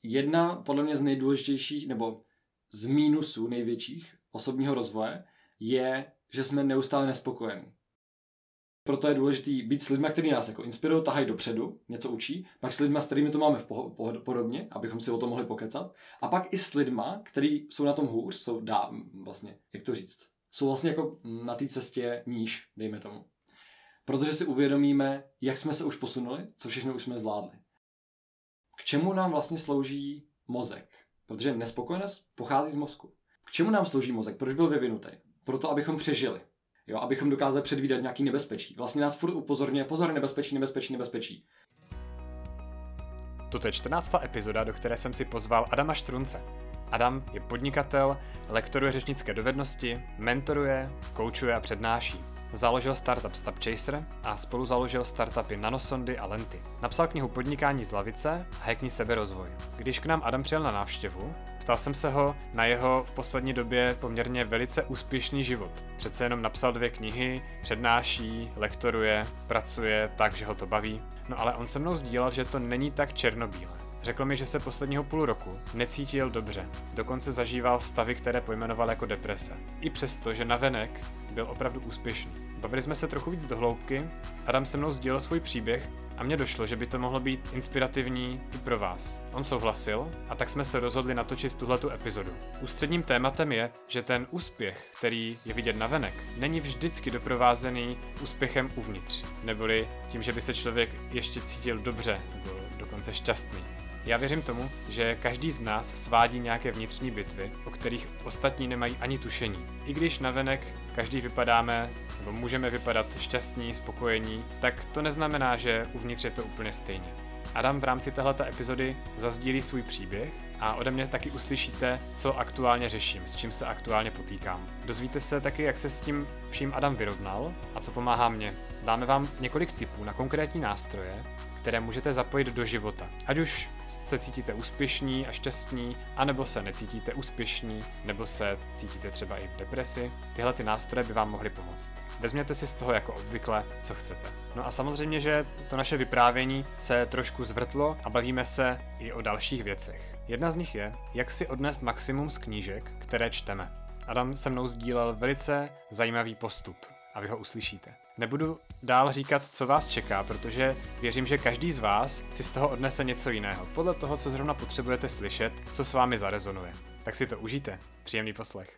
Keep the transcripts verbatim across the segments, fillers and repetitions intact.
jedna podle mě z nejdůležitějších, nebo z mínusů největších osobního rozvoje je, že jsme neustále nespokojení. Proto je důležité být s lidmi, kteří nás jako inspirují, tahají dopředu, něco učí, pak s lidmi, s kterými to máme v poho- poho- podobně, abychom si o tom mohli pokecat, a pak i s lidmi, kteří jsou na tom hůř, jsou dá, vlastně, jak to říct, jsou vlastně jako na té cestě níž, dejme tomu. Protože si uvědomíme, jak jsme se už posunuli, co všechno už jsme zvládli. K čemu nám vlastně slouží mozek? Protože nespokojenost pochází z mozku. K čemu nám slouží mozek? Proč byl vyvinutý? Proto, abychom přežili. Jo, abychom dokázali předvídat nějaký nebezpečí. Vlastně nás furt upozorňuje, pozor, nebezpečí, nebezpečí, nebezpečí. Toto je čtrnáctá epizoda, do které jsem si pozval Adama Štrunce. Adam je podnikatel, lektoruje řečnické dovednosti, mentoruje, koučuje a přednáší. Založil startup StepChaser a spolu založil startupy Nanosondy a Lenty. Napsal knihu Podnikání z lavice a Hackni seberozvoj. Když k nám Adam přijel na návštěvu, ptal jsem se ho na jeho v poslední době poměrně velice úspěšný život. Přece jenom napsal dvě knihy, přednáší, lektoruje, pracuje tak, že ho to baví. No ale on se mnou sdílel, že to není tak černobílé. Řekl mi, že se posledního půl roku necítil dobře. Dokonce zažíval stavy, které pojmenoval jako deprese. I přesto, že navenek byl opravdu úspěšný. Bavili jsme se trochu víc do hloubky, Adam se mnou sdílel svůj příběh a mně došlo, že by to mohlo být inspirativní i pro vás. On souhlasil a tak jsme se rozhodli natočit tuhletu epizodu. Ústředním tématem je, že ten úspěch, který je vidět navenek, není vždycky doprovázený úspěchem uvnitř, neboli tím, že by se člověk ještě cítil dobře nebo dokonce šťastný. Já věřím tomu, že každý z nás svádí nějaké vnitřní bitvy, o kterých ostatní nemají ani tušení. I když navenek každý vypadáme, nebo můžeme vypadat šťastní, spokojení, tak to neznamená, že uvnitř je to úplně stejně. Adam v rámci téhleté epizody zazdílí svůj příběh a ode mě taky uslyšíte, co aktuálně řeším, s čím se aktuálně potýkám. Dozvíte se taky, jak se s tím vším Adam vyrovnal a co pomáhá mně. Dáme vám několik tipů na konkrétní nástroje, které můžete zapojit do života. Ať už se cítíte úspěšní a šťastní, anebo se necítíte úspěšní, nebo se cítíte třeba i v depresi, tyhle ty nástroje by vám mohly pomoct. Vezměte si z toho jako obvykle, co chcete. No a samozřejmě, že to naše vyprávění se trošku zvrtlo a bavíme se i o dalších věcech. Jedna z nich je, jak si odnést maximum z knížek, které čteme. Adam se mnou sdílel velice zajímavý postup a vy ho uslyšíte. Nebudu dál říkat, co vás čeká, protože věřím, že každý z vás si z toho odnese něco jiného, podle toho, co zrovna potřebujete slyšet, co s vámi zarezonuje. Tak si to užijte. Příjemný poslech.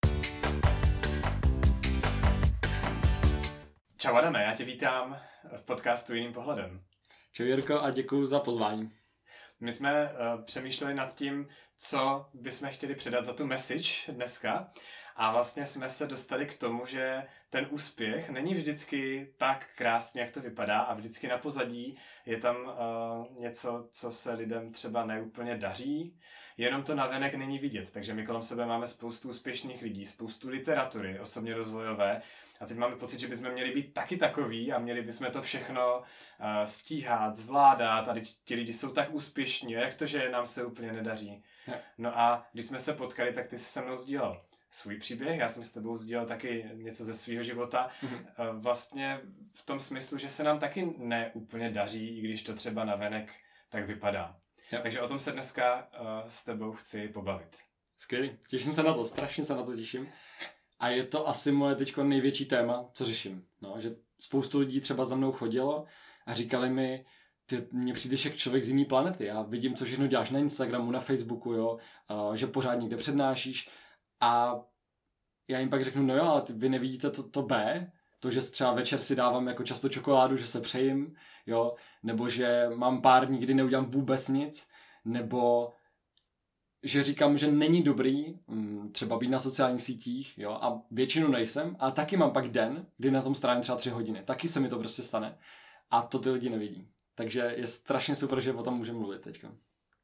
Čau Adame, já tě vítám v podcastu Jiným pohledem. Čau Jirko a děkuju za pozvání. My jsme uh, přemýšleli nad tím, co bychom chtěli předat za tu message dneska a vlastně jsme se dostali k tomu, že ten úspěch není vždycky tak krásně, jak to vypadá a vždycky na pozadí je tam uh, něco, co se lidem třeba neúplně daří, jenom to navenek není vidět. Takže my kolem sebe máme spoustu úspěšných lidí, spoustu literatury, osobně rozvojové a teď máme pocit, že bychom měli být taky takový a měli bychom to všechno uh, stíhat, zvládat a ti lidi jsou tak úspěšní, jak to, že nám se úplně nedaří. No a když jsme se potkali, tak ty jsi se mnou sdílel svůj příběh, já jsem s tebou sdílel taky něco ze svého života. Mm-hmm. Vlastně v tom smyslu, že se nám taky neúplně daří, i když to třeba navenek tak vypadá. Jo. Takže o tom se dneska uh, s tebou chci pobavit. Skvělý, těším se na to, strašně se na to těším. A je to asi moje teďko největší téma, co řeším. No, že spoustu lidí třeba za mnou chodilo a říkali mi, ty mně přijdeš jak člověk z jiný planety. Já vidím, co všechno děláš na Instagramu, na Facebooku, jo, uh, že pořád někde přednášíš. A já jim pak řeknu, no jo, ale ty, vy nevidíte to, to B, to, že třeba večer si dávám jako často čokoládu, že se přejím, jo, nebo že mám pár dní, kdy neudělám vůbec nic, nebo že říkám, že není dobrý m, třeba být na sociálních sítích, jo, a většinu nejsem, a taky mám pak den, kdy na tom strávím třeba tři hodiny, taky se mi to prostě stane a to ty lidi nevidí. Takže je strašně super, že o tom můžeme mluvit teďka.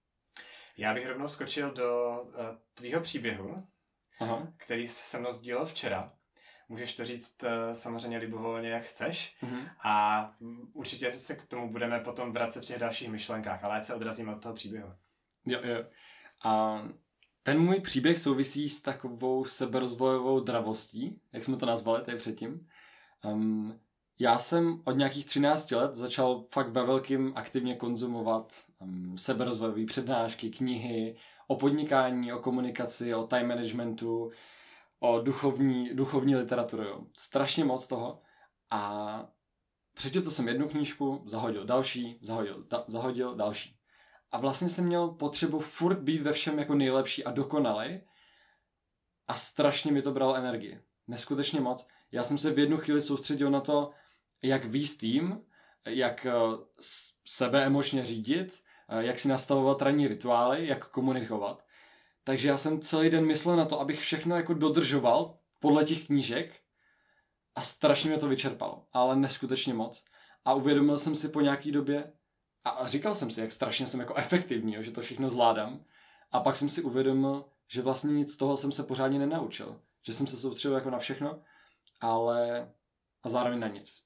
Já bych rovnou skočil do uh, tvýho příběhu, Aha. který jsi se mnou sdílel včera. Můžeš to říct uh, samozřejmě libovolně, jak chceš. Uh-huh. A určitě se k tomu budeme potom vracet v těch dalších myšlenkách, ale ať se odrazíme od toho příběhu. Jo, jo. A ten můj příběh souvisí s takovou seberozvojovou dravostí, jak jsme to nazvali tady předtím. Um, já jsem od nějakých třinácti let začal fakt ve velkým aktivně konzumovat um, seberozvojové přednášky, knihy o podnikání, o komunikaci, o time managementu, o duchovní, duchovní literaturu. Jo. Strašně moc toho. A přečetl jsem jednu knížku, zahodil další, zahodil, da, zahodil další. A vlastně jsem měl potřebu furt být ve všem jako nejlepší a dokonalej. A strašně mi to bralo energii. Neskutečně moc. Já jsem se v jednu chvíli soustředil na to, jak víc tým, jak sebe emočně řídit, jak si nastavovat ranní rituály, jak komunikovat. Takže já jsem celý den myslel na to, abych všechno jako dodržoval podle těch knížek a strašně mě to vyčerpalo, ale neskutečně moc. A uvědomil jsem si po nějaký době a říkal jsem si, jak strašně jsem jako efektivní, že to všechno zvládám. A pak jsem si uvědomil, že vlastně nic z toho jsem se pořádně nenaučil. Že jsem se soustředil jako na všechno, ale a zároveň na nic.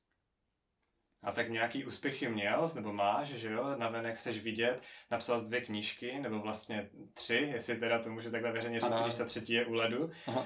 A tak nějaký úspěchy měl, nebo máš, že jo, navenek chceš vidět, napsal jsi dvě knížky, nebo vlastně tři, jestli teda to můžu takhle veřejně říct, když ta třetí je u ledu. Aha.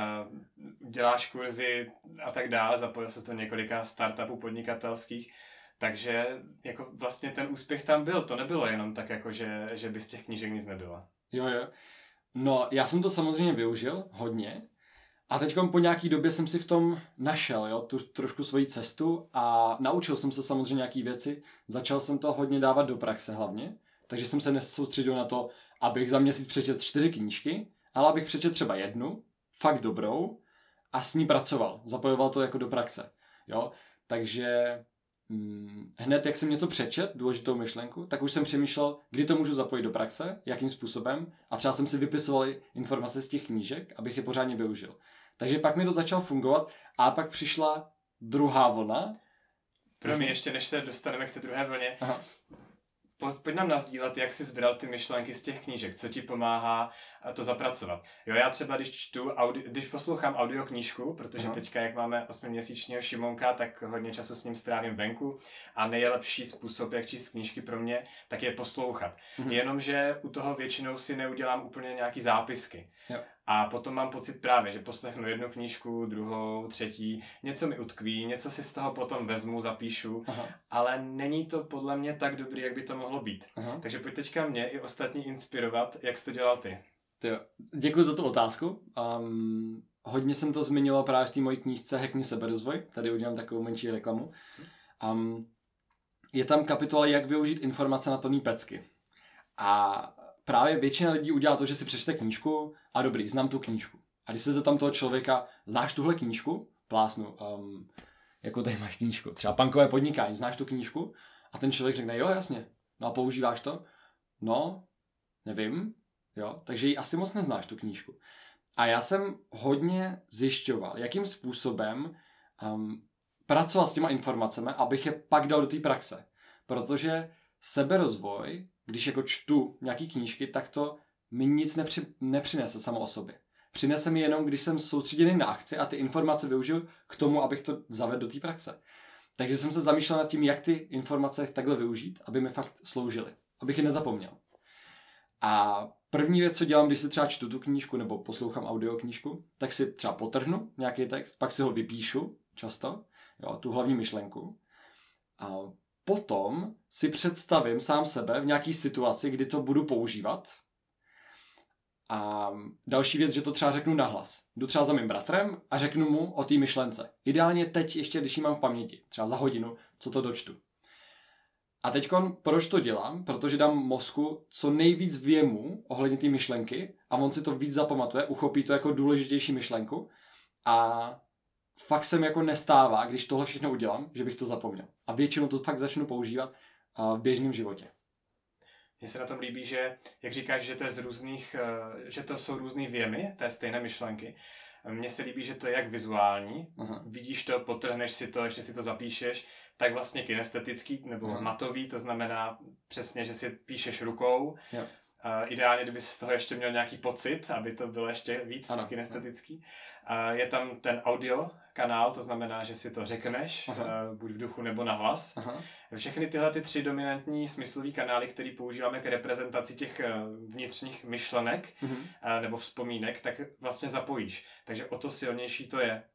Děláš kurzy a tak dále, zapojil se do několika startupů podnikatelských, takže jako vlastně ten úspěch tam byl, to nebylo jenom tak jako, že, že by z těch knížek nic nebylo. Jo, jo. No, já jsem to samozřejmě využil hodně a teď po nějaký době jsem si v tom našel, jo, tu trošku svoji cestu a naučil jsem se samozřejmě nějaký věci, začal jsem to hodně dávat do praxe hlavně, takže jsem se nesoustředil na to, abych za měsíc přečetl čtyři knížky, ale abych přečetl třeba jednu, fakt dobrou a s ní pracoval, zapojoval to jako do praxe, jo, takže hm, hned jak jsem něco přečet, důležitou myšlenku, tak už jsem přemýšlel, kdy to můžu zapojit do praxe, jakým způsobem a třeba jsem si vypisoval informace z těch knížek, abych je pořádně využil. Takže pak mi to začalo fungovat a pak přišla druhá vlna. Pro mě ještě, než se dostaneme k té druhé vlně, Aha. pojď nám nasdílet, jak jsi sbíral ty myšlenky z těch knížek, co ti pomáhá to zapracovat. Jo, já třeba, když čtu, audi- když poslouchám audioknížku, protože Aha. teďka, jak máme osmiměsíčního Šimonka, tak hodně času s ním strávím venku a nejlepší způsob, jak číst knížky pro mě, tak je poslouchat. Mhm. Jenomže u toho většinou si neudělám úplně nějaký zápisky. Jo. A potom mám pocit právě, že poslechnu jednu knížku, druhou, třetí, něco mi utkví, něco si z toho potom vezmu, zapíšu, Aha. ale není to podle mě tak dobrý, jak by to mohlo být. Aha. Takže pojď teďka mě i ostatní inspirovat, jak jsi to dělal ty. Tyjo, děkuji za tu otázku. Um, hodně jsem to zmiňoval právě v té mojí knížce Hackni seberozvoj, tady udělám takovou menší reklamu. Um, je tam kapitola, jak využít informace na plný pecky. A právě většina lidí udělá to, že si přečte knížku a dobrý, znám tu knížku. A když se zeptám toho člověka, znáš tuhle knížku? Plásnu, um, jako tady máš knížku. Třeba Punkové podnikání, znáš tu knížku? A ten člověk řekne, jo, jasně. No a používáš to? No, nevím. Jo, takže ji asi moc neznáš, tu knížku. A já jsem hodně zjišťoval, jakým způsobem um, pracovat s těma informacemi, abych je pak dal do té praxe. Protože seberozvoj, když jako čtu nějaký knížky, tak to mi nic nepři, nepřinese samo o sobě. Přinese mi jenom, když jsem soustředěný na akci a ty informace využil k tomu, abych to zavedl do té praxe. Takže jsem se zamýšlel nad tím, jak ty informace takhle využít, aby mi fakt sloužily. Abych je nezapomněl. A první věc, co dělám, když si třeba čtu tu knížku nebo poslouchám audioknížku, tak si třeba potrhnu nějaký text, pak si ho vypíšu často, jo, tu hlavní myšlenku. A potom si představím sám sebe v nějaký situaci, kdy to budu používat. A další věc, že to třeba řeknu nahlas. Jdu třeba za mým bratrem a řeknu mu o té myšlence. Ideálně teď ještě, když ji mám v paměti, třeba za hodinu, co to dočtu. A teďkon, proč to dělám? Protože dám mozku co nejvíc věmu ohledně té myšlenky a on si to víc zapamatuje, uchopí to jako důležitější myšlenku a fakt se mi jako nestává, když tohle všechno udělám, že bych to zapomněl. A většinou to fakt začnu používat v běžném životě. Mně se na tom líbí, že, jak říkáš, že to je z různých, že to jsou různý věmy té stejné myšlenky. Mně se líbí, že to je jak vizuální. Aha. Vidíš to, podtrhneš si to, ještě si to zapíšeš, tak vlastně kinestetický nebo Aha. matový, to znamená přesně, že si píšeš rukou. Jo. Uh, ideálně, kdyby si z toho ještě měl nějaký pocit, aby to bylo ještě víc ano, kinestetický. Uh, je tam ten audio kanál, to znamená, že si to řekneš, uh, buď v duchu nebo nahlas. Aha. Všechny tyhle ty tři dominantní smyslové kanály, které používáme k reprezentaci těch uh, vnitřních myšlenek uh-huh. uh, nebo vzpomínek, tak vlastně zapojíš. Takže o to silnější to je. Yeah.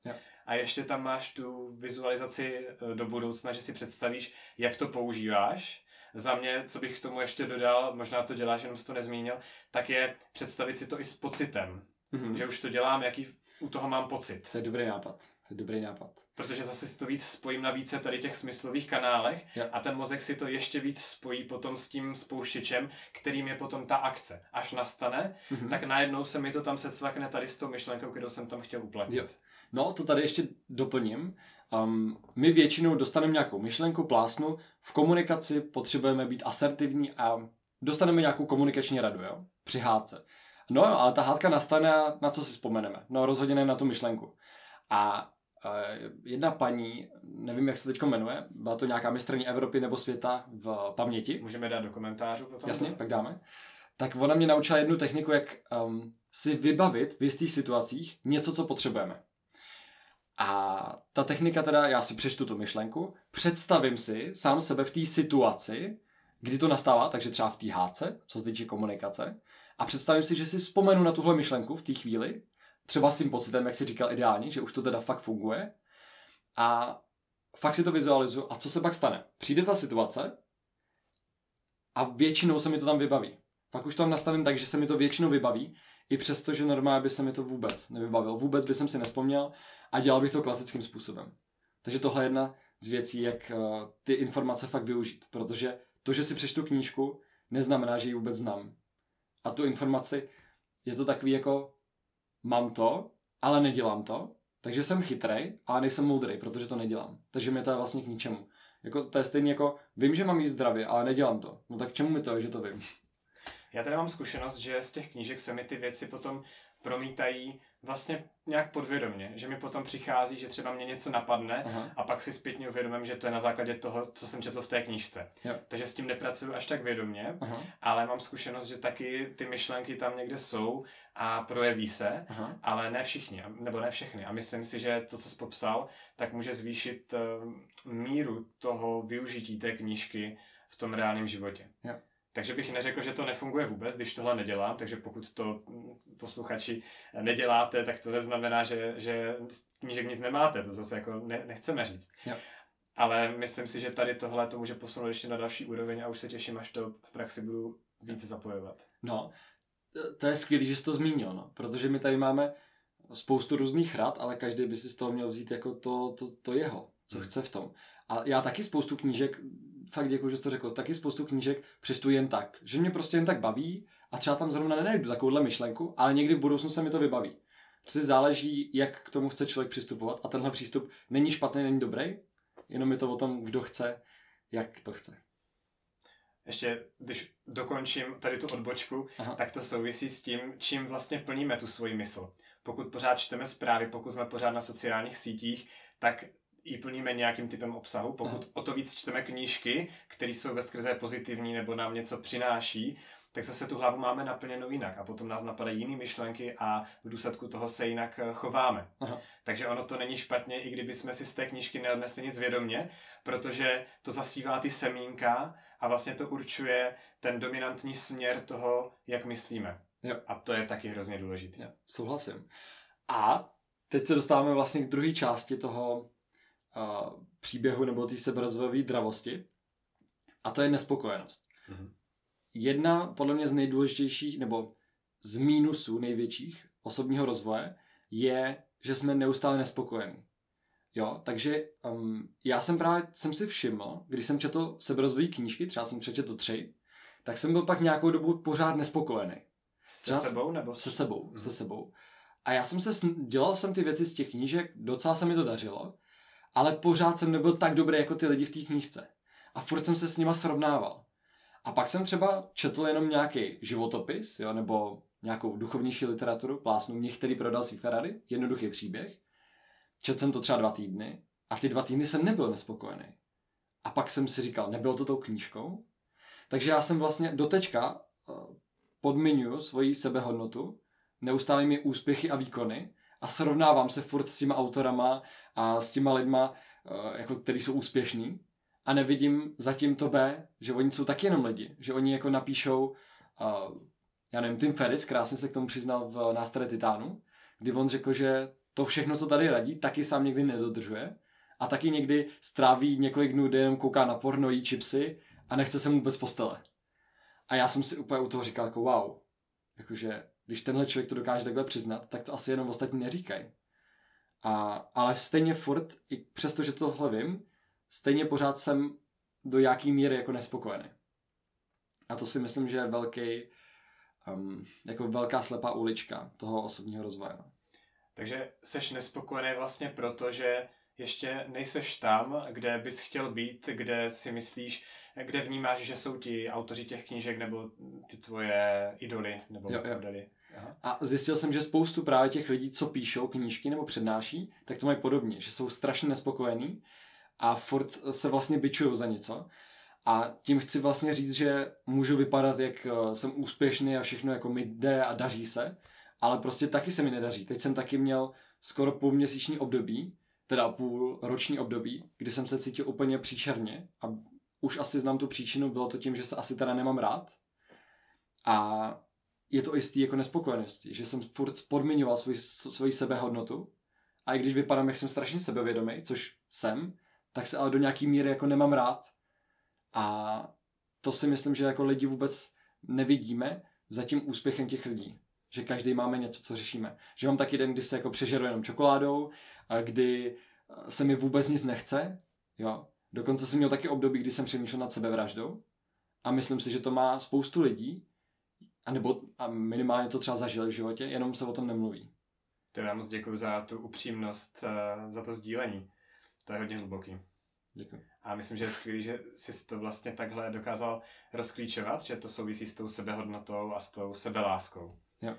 a ještě tam máš tu vizualizaci do budoucna, že si představíš, jak to používáš. Za mě, co bych k tomu ještě dodal, možná to děláš, jenom jsi to nezmínil, tak je představit si to i s pocitem. Mm-hmm. Že už to dělám, jaký u toho mám pocit. To je dobrý nápad. To je dobrý nápad. Protože zase si to víc spojím na více tady těch smyslových kanálech ja. a ten mozek si to ještě víc spojí potom s tím spouštěčem, kterým je potom ta akce. Až nastane, mm-hmm. tak najednou se mi to tam secvakne tady s tou myšlenkou, kterou jsem tam chtěl uplatnit. Jo. No, to tady ještě doplním. Um, my většinou dostaneme nějakou myšlenku, plásnu. V komunikaci potřebujeme být asertivní a dostaneme nějakou komunikační radu, jo? Při hádce. No, ale ta hádka nastane, na co si vzpomeneme? No, rozhodně ne na tu myšlenku. A jedna paní, nevím, jak se teď jmenuje, byla to nějaká mistryně Evropy nebo světa v paměti. Můžeme dát do komentářů potom. Jasně, pak dáme. Tak ona mě naučila jednu techniku, jak um, si vybavit v jistých situacích něco, co potřebujeme. A ta technika teda, já si přečtu tu myšlenku, představím si sám sebe v té situaci, kdy to nastává, takže třeba v té hádce, co se týče komunikace, a představím si, že si vzpomenu na tuhle myšlenku v té chvíli, třeba s tím pocitem, jak jsi říkal ideálně, že už to teda fakt funguje a fakt si to vizualizuju a co se pak stane? Přijde ta situace a většinou se mi to tam vybaví. Pak už to tam nastavím tak, že se mi to většinou vybaví, i přesto, že normálně by se mi to vůbec nevybavil. Vůbec by jsem si nespomněl a dělal bych to klasickým způsobem. Takže tohle je jedna z věcí, jak uh, ty informace fakt využít. Protože to, že si přečtu knížku, neznamená, že ji vůbec znám. A tu informaci je to takový jako mám to, ale nedělám to, takže jsem chytrej, ale nejsem moudrej, protože to nedělám. Takže mi to je vlastně k ničemu. Jako, to je stejně jako, vím, že mám jíst zdravě, ale nedělám to. No tak čemu mi to je, že to vím? Já tady mám zkušenost, že z těch knížek se mi ty věci potom promítají vlastně nějak podvědomě, že mi potom přichází, že třeba mě něco napadne. Aha. A pak si zpětně uvědomím, že to je na základě toho, co jsem četl v té knížce. Jo. Takže s tím nepracuju až tak vědomě, aha. ale mám zkušenost, že taky ty myšlenky tam někde jsou a projeví se, aha. ale ne všichni, nebo ne všechny. A myslím si, že to, co jsi popsal, tak může zvýšit uh, míru toho využití té knížky v tom reálném životě. Jo. Takže bych neřekl, že to nefunguje vůbec, když tohle nedělám, takže pokud to posluchači neděláte, tak to neznamená, že, že z knížek nic nemáte, to zase jako ne, nechceme říct. Jo. Ale myslím si, že tady tohle to může posunout ještě na další úroveň a už se těším, až to v praxi budu více zapojovat. No, to je skvělý, že jsi to zmínil, no, protože my tady máme spoustu různých rad, ale každý by si z toho měl vzít jako to, to, to jeho, co hmm. chce v tom. A já taky spoustu knížek, fakt děkuji, že jsi to řekl, taky spoustu knížek přečtu jen tak, že mě prostě jen tak baví a třeba tam zrovna nenajdu takovouhle myšlenku, ale někdy v budoucnu se mi to vybaví. Prostě záleží, jak k tomu chce člověk přistupovat a tenhle přístup není špatný, není dobrý, jenom je to o tom, kdo chce, jak to chce. Ještě, když dokončím tady tu odbočku, aha. tak to souvisí s tím, čím vlastně plníme tu svoji mysl. Pokud pořád čteme zprávy, pokud jsme pořád na sociálních sítích, tak ji plníme nějakým typem obsahu. Pokud aha. o to víc čteme knížky, které jsou veskrze pozitivní nebo nám něco přináší, tak zase tu hlavu máme naplněnou jinak a potom nás napadají jiné myšlenky a v důsledku toho se jinak chováme. Aha. Takže ono to není špatně, i kdyby jsme si z té knížky neodnesli nic vědomě, protože to zasívá ty semínka a vlastně to určuje ten dominantní směr toho, jak myslíme. Jo. A to je taky hrozně důležité. Souhlasím. A teď se dostáváme vlastně k druhé části toho uh, příběhu nebo té seberozvojové dravosti. A to je nespokojenost. Mhm. Jedna, podle mě z nejdůležitějších, nebo z mínusů největších osobního rozvoje je, že jsme neustále nespokojení. Jo, takže um, já jsem právě jsem si všiml, když jsem četl seberozvojové knížky, třeba jsem přečetl tři, tak jsem byl pak nějakou dobu pořád nespokojený. Se třeba sebou nebo? Se sebou, hmm. se sebou. A já jsem se, dělal jsem ty věci z těch knížek, docela se mi to dařilo, ale pořád jsem nebyl tak dobrý jako ty lidi v té knížce. A furt jsem se s nima srovnával. A pak jsem třeba četl jenom nějaký životopis, jo, nebo nějakou duchovnější literaturu, plásnu Mnich, který prodal si Ferrari, jednoduchý příběh. Četl jsem to třeba dva týdny a ty dva týdny jsem nebyl nespokojený. A pak jsem si říkal, nebylo to tou knížkou? Takže já jsem vlastně doteďka podmiňuji svoji sebehodnotu neustálými úspěchy a výkony a srovnávám se furt s těma autorama a s těma lidma, jako, který jsou úspěšní. A nevidím zatím to B, že oni jsou taky jenom lidi. Že oni jako napíšou, uh, já nevím, Tim Ferriss krásně se k tomu přiznal v Nástroji titánu, kdy on řekl, že to všechno, co tady radí, taky sám někdy nedodržuje a taky někdy stráví několik dnů, kdy jenom kouká na porno, jí chipsy a nechce se mu vůbec postele. A já jsem si úplně u toho říkal jako wow, jakože když tenhle člověk to dokáže takhle přiznat, tak to asi jenom ostatní neříkají. A, ale stejně furt, i přesto, že tohle vím, stejně pořád jsem do jaký míry jako nespokojený. A to si myslím, že je velký, um, jako velká slepá ulička toho osobního rozvoje. Takže seš nespokojený vlastně proto, že ještě nejseš tam, kde bys chtěl být, kde si myslíš, kde vnímáš, že jsou ti autoři těch knížek nebo ty tvoje idoly nebo jo, jo. modely. Aha. A zjistil jsem, že spoustu právě těch lidí, co píšou knížky nebo přednáší, tak to mají podobně, že jsou strašně nespokojení a furt se vlastně bičujou za něco. A tím chci vlastně říct, že můžu vypadat, jak jsem úspěšný a všechno jako mi jde a daří se, ale prostě taky se mi nedaří. Teď jsem taky měl skoro půlměsíční období, teda půl roční období, kdy jsem se cítil úplně příšerně a už asi znám tu příčinu, bylo to tím, že se asi teda nemám rád a je to i z té jako nespokojenosti, že jsem furt podmiňoval svůj, svoji sebehodnotu a i když vypadám, jak jsem strašně sebevědomý, což jsem, tak se ale do nějaký míry jako nemám rád a to si myslím, že jako lidi vůbec nevidíme za tím úspěchem těch lidí. Že každý máme něco, co řešíme. Že mám taky den, kdy se jako přežeru jenom čokoládou, a kdy se mi vůbec nic nechce. Jo. Dokonce jsem měl taky období, kdy jsem přemýšlel nad sebevraždou. A myslím si, že to má spoustu lidí, a nebo a minimálně to třeba zažili v životě, jenom se o tom nemluví. To já moc děkuji za tu upřímnost, za to sdílení. To je hodně hluboký. Děkuji. A myslím, že je skvělý, že jsi to vlastně takhle dokázal rozklíčovat, že to souvisí s tou sebehodnotou a s tou sebeláskou. Jo.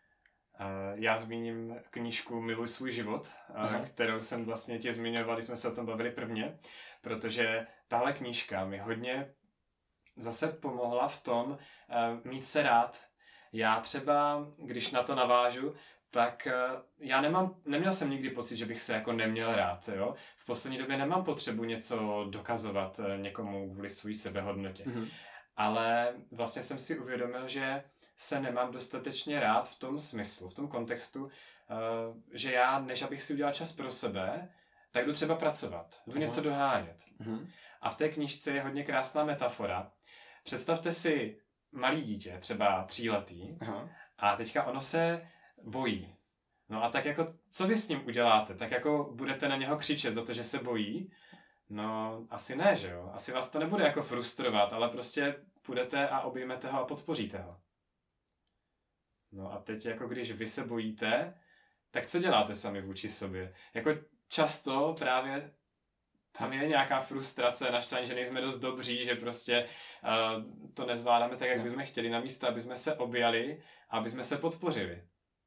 Já zmíním knížku Miluj svůj život, Aha. kterou jsem vlastně tě zmiňoval, když jsme se o tom bavili prvně, protože tahle knížka mi hodně zase pomohla v tom mít se rád. Já třeba, když na to navážu, tak já nemám, neměl jsem nikdy pocit, že bych se jako neměl rád. Jo? V poslední době nemám potřebu něco dokazovat někomu kvůli své sebehodnotě. Mm-hmm. Ale vlastně jsem si uvědomil, že se nemám dostatečně rád v tom smyslu, v tom kontextu, že já, než abych si udělal čas pro sebe, tak jdu třeba pracovat, jdu Aha. něco dohánět. Mm-hmm. A v té knížce je hodně krásná metafora. Představte si malý dítě, třeba tříletý, Aha. a teďka ono se bojí. No a tak jako, co vy s ním uděláte? Tak jako budete na něho křičet za to, že se bojí? No, asi ne, že jo? Asi vás to nebude jako frustrovat, ale prostě půjdete a objmete ho a podpoříte ho. No a teď jako když vy se bojíte, tak co děláte sami vůči sobě? Jako často právě tam je nějaká frustrace, naštvání, že nejsme dost dobří, že prostě uh, to nezvládáme tak, jak bychom chtěli, namísto, aby jsme se objali a aby jsme se podpořili.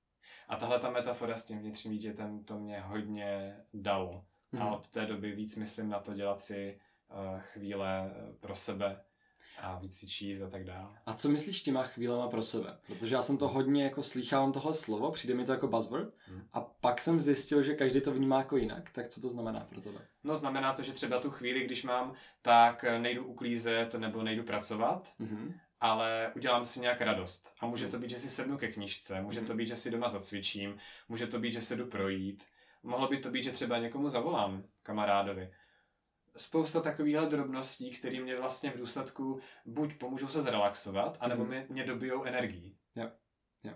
A tahle ta metafora s tím vnitřním dítětem, to mě hodně dalo. Mm. A od té doby víc myslím na to dělat si uh, chvíle pro sebe a víc si číst a tak dále. A co myslíš těma chvílema pro sebe? Protože já jsem to hodně jako slýchávám tohle slovo, přijde mi to jako buzzword hmm. a pak jsem zjistil, že každý to vnímá jako jinak. Tak co to znamená pro tebe? No znamená to, že třeba tu chvíli, když mám, tak nejdu uklízet nebo nejdu pracovat, hmm. ale udělám si nějak radost. A může to být, že si sednu ke knížce, může hmm. to být, že si doma zacvičím, může to být, že se jdu projít. Mohlo by to být, že třeba někomu zavolám, kamarádovi. Spousta takovýchhle drobností, které mě vlastně v důsledku buď pomůžou se zrelaxovat, anebo mm. mě, mě dobijou energií. Jo. Jo.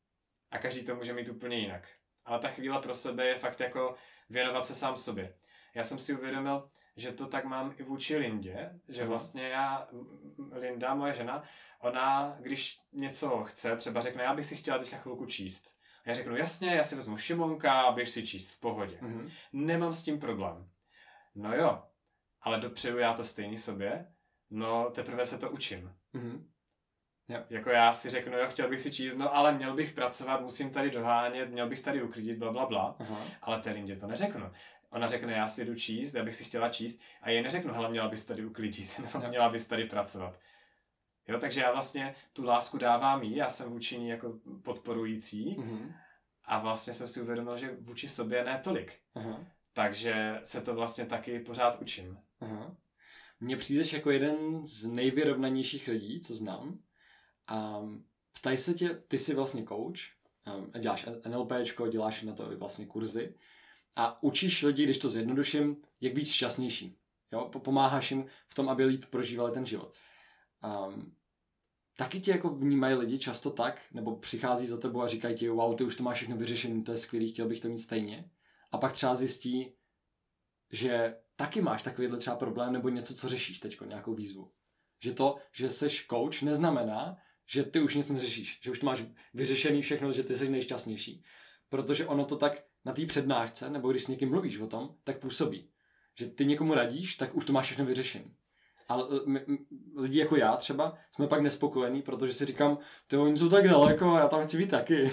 A každý to může mít úplně jinak. Ale ta chvíle pro sebe je fakt jako věnovat se sám sobě. Já jsem si uvědomil, že to tak mám i vůči Lindě, že mm. vlastně já, Linda, moje žena, ona, když něco chce, třeba řekne, já bych si chtěla teďka chvilku číst. Já řeknu, jasně, já si vezmu Šimonka a běž si číst v pohodě. Mm. Nemám s tím problém. No jo. Ale dopřeju já to stejný sobě, no teprve se to učím. Mm-hmm. Yep. Jako já si řeknu, jo, chtěl bych si číst, no ale měl bych pracovat, musím tady dohánět, měl bych tady uklidit, bla, bla, bla. Uh-huh. Ale té Lindě to neřeknu. Ona řekne, já si jdu číst, já bych si chtěla číst a jej neřeknu, hele, měla bys tady uklidit, nebo yep. měla bys tady pracovat. Jo, takže já vlastně tu lásku dávám jí, já jsem vůči ní jako podporující mm-hmm. a vlastně jsem si uvědomil, že vůči sobě ne tolik. Uh-huh. Takže se to vlastně taky pořád učím. Aha. Mně přijdeš jako jeden z nejvyrovnanějších lidí, co znám. A ptají se tě, ty jsi vlastně coach, um, děláš NLPčko, děláš na to vlastně kurzy a učíš lidi, když to zjednoduším, jak být šťastnější. Jo? Pomáháš jim v tom, aby líp prožívali ten život. Um, taky ti jako vnímají lidi často tak, nebo přichází za tebou a říkají ti, wow, ty už to máš všechno vyřešené, to je skvělý, chtěl bych to mít stejně. A pak třeba zjistí, že taky máš takovýhle třeba problém nebo něco, co řešíš teďko, nějakou výzvu. Že to, že seš coach, neznamená, že ty už nic neřešíš, že už to máš vyřešený všechno, že ty jsi nejšťastnější. Protože ono to tak na té přednášce, nebo když s někým mluvíš o tom, tak působí. Že ty někomu radíš, tak už to máš všechno vyřešený. Ale lidi jako já třeba jsme pak nespokojení, protože si říkám, ty oni jsou tak daleko a já tam chci být taky.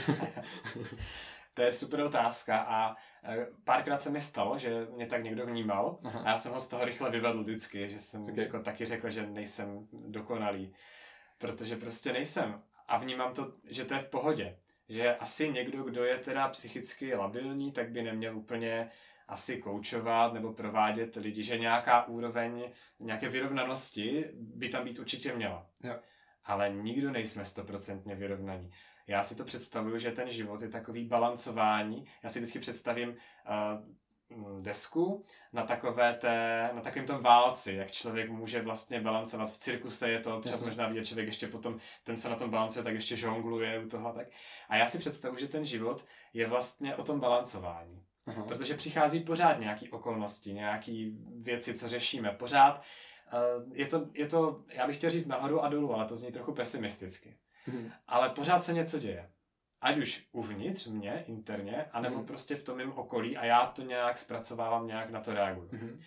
To je super otázka a párkrát se mi stalo, že mě tak někdo vnímal. Aha. A já jsem ho z toho rychle vyvedl vždycky, že jsem okay. jako taky řekl, že nejsem dokonalý. Protože prostě nejsem. A vnímám to, že to je v pohodě. Že asi někdo, kdo je teda psychicky labilní, tak by neměl úplně asi koučovat nebo provádět lidi, že nějaká úroveň, nějaké vyrovnanosti by tam být určitě měla. Jo. Ale nikdo nejsme stoprocentně vyrovnaní. Já si to představuju, že ten život je takový balancování. Já si vždycky představím uh, desku na takové té, na takovém tom válci, jak člověk může vlastně balancovat. V cirkuse je to občas Jasně. možná vidět, člověk ještě potom, ten se na tom balancuje, tak ještě žongluje u toho. Tak. A já si představuju, že ten život je vlastně o tom balancování. Aha. Protože přichází pořád nějaký okolnosti, nějaký věci, co řešíme. Pořád uh, je, to, je to, já bych chtěl říct nahoru a dolů, ale to zní trochu pesimisticky. Hmm. Ale pořád se něco děje. Ať už uvnitř mě, interně, anebo hmm. prostě v tom mém okolí a já to nějak zpracovávám, nějak na to reaguju. Hmm.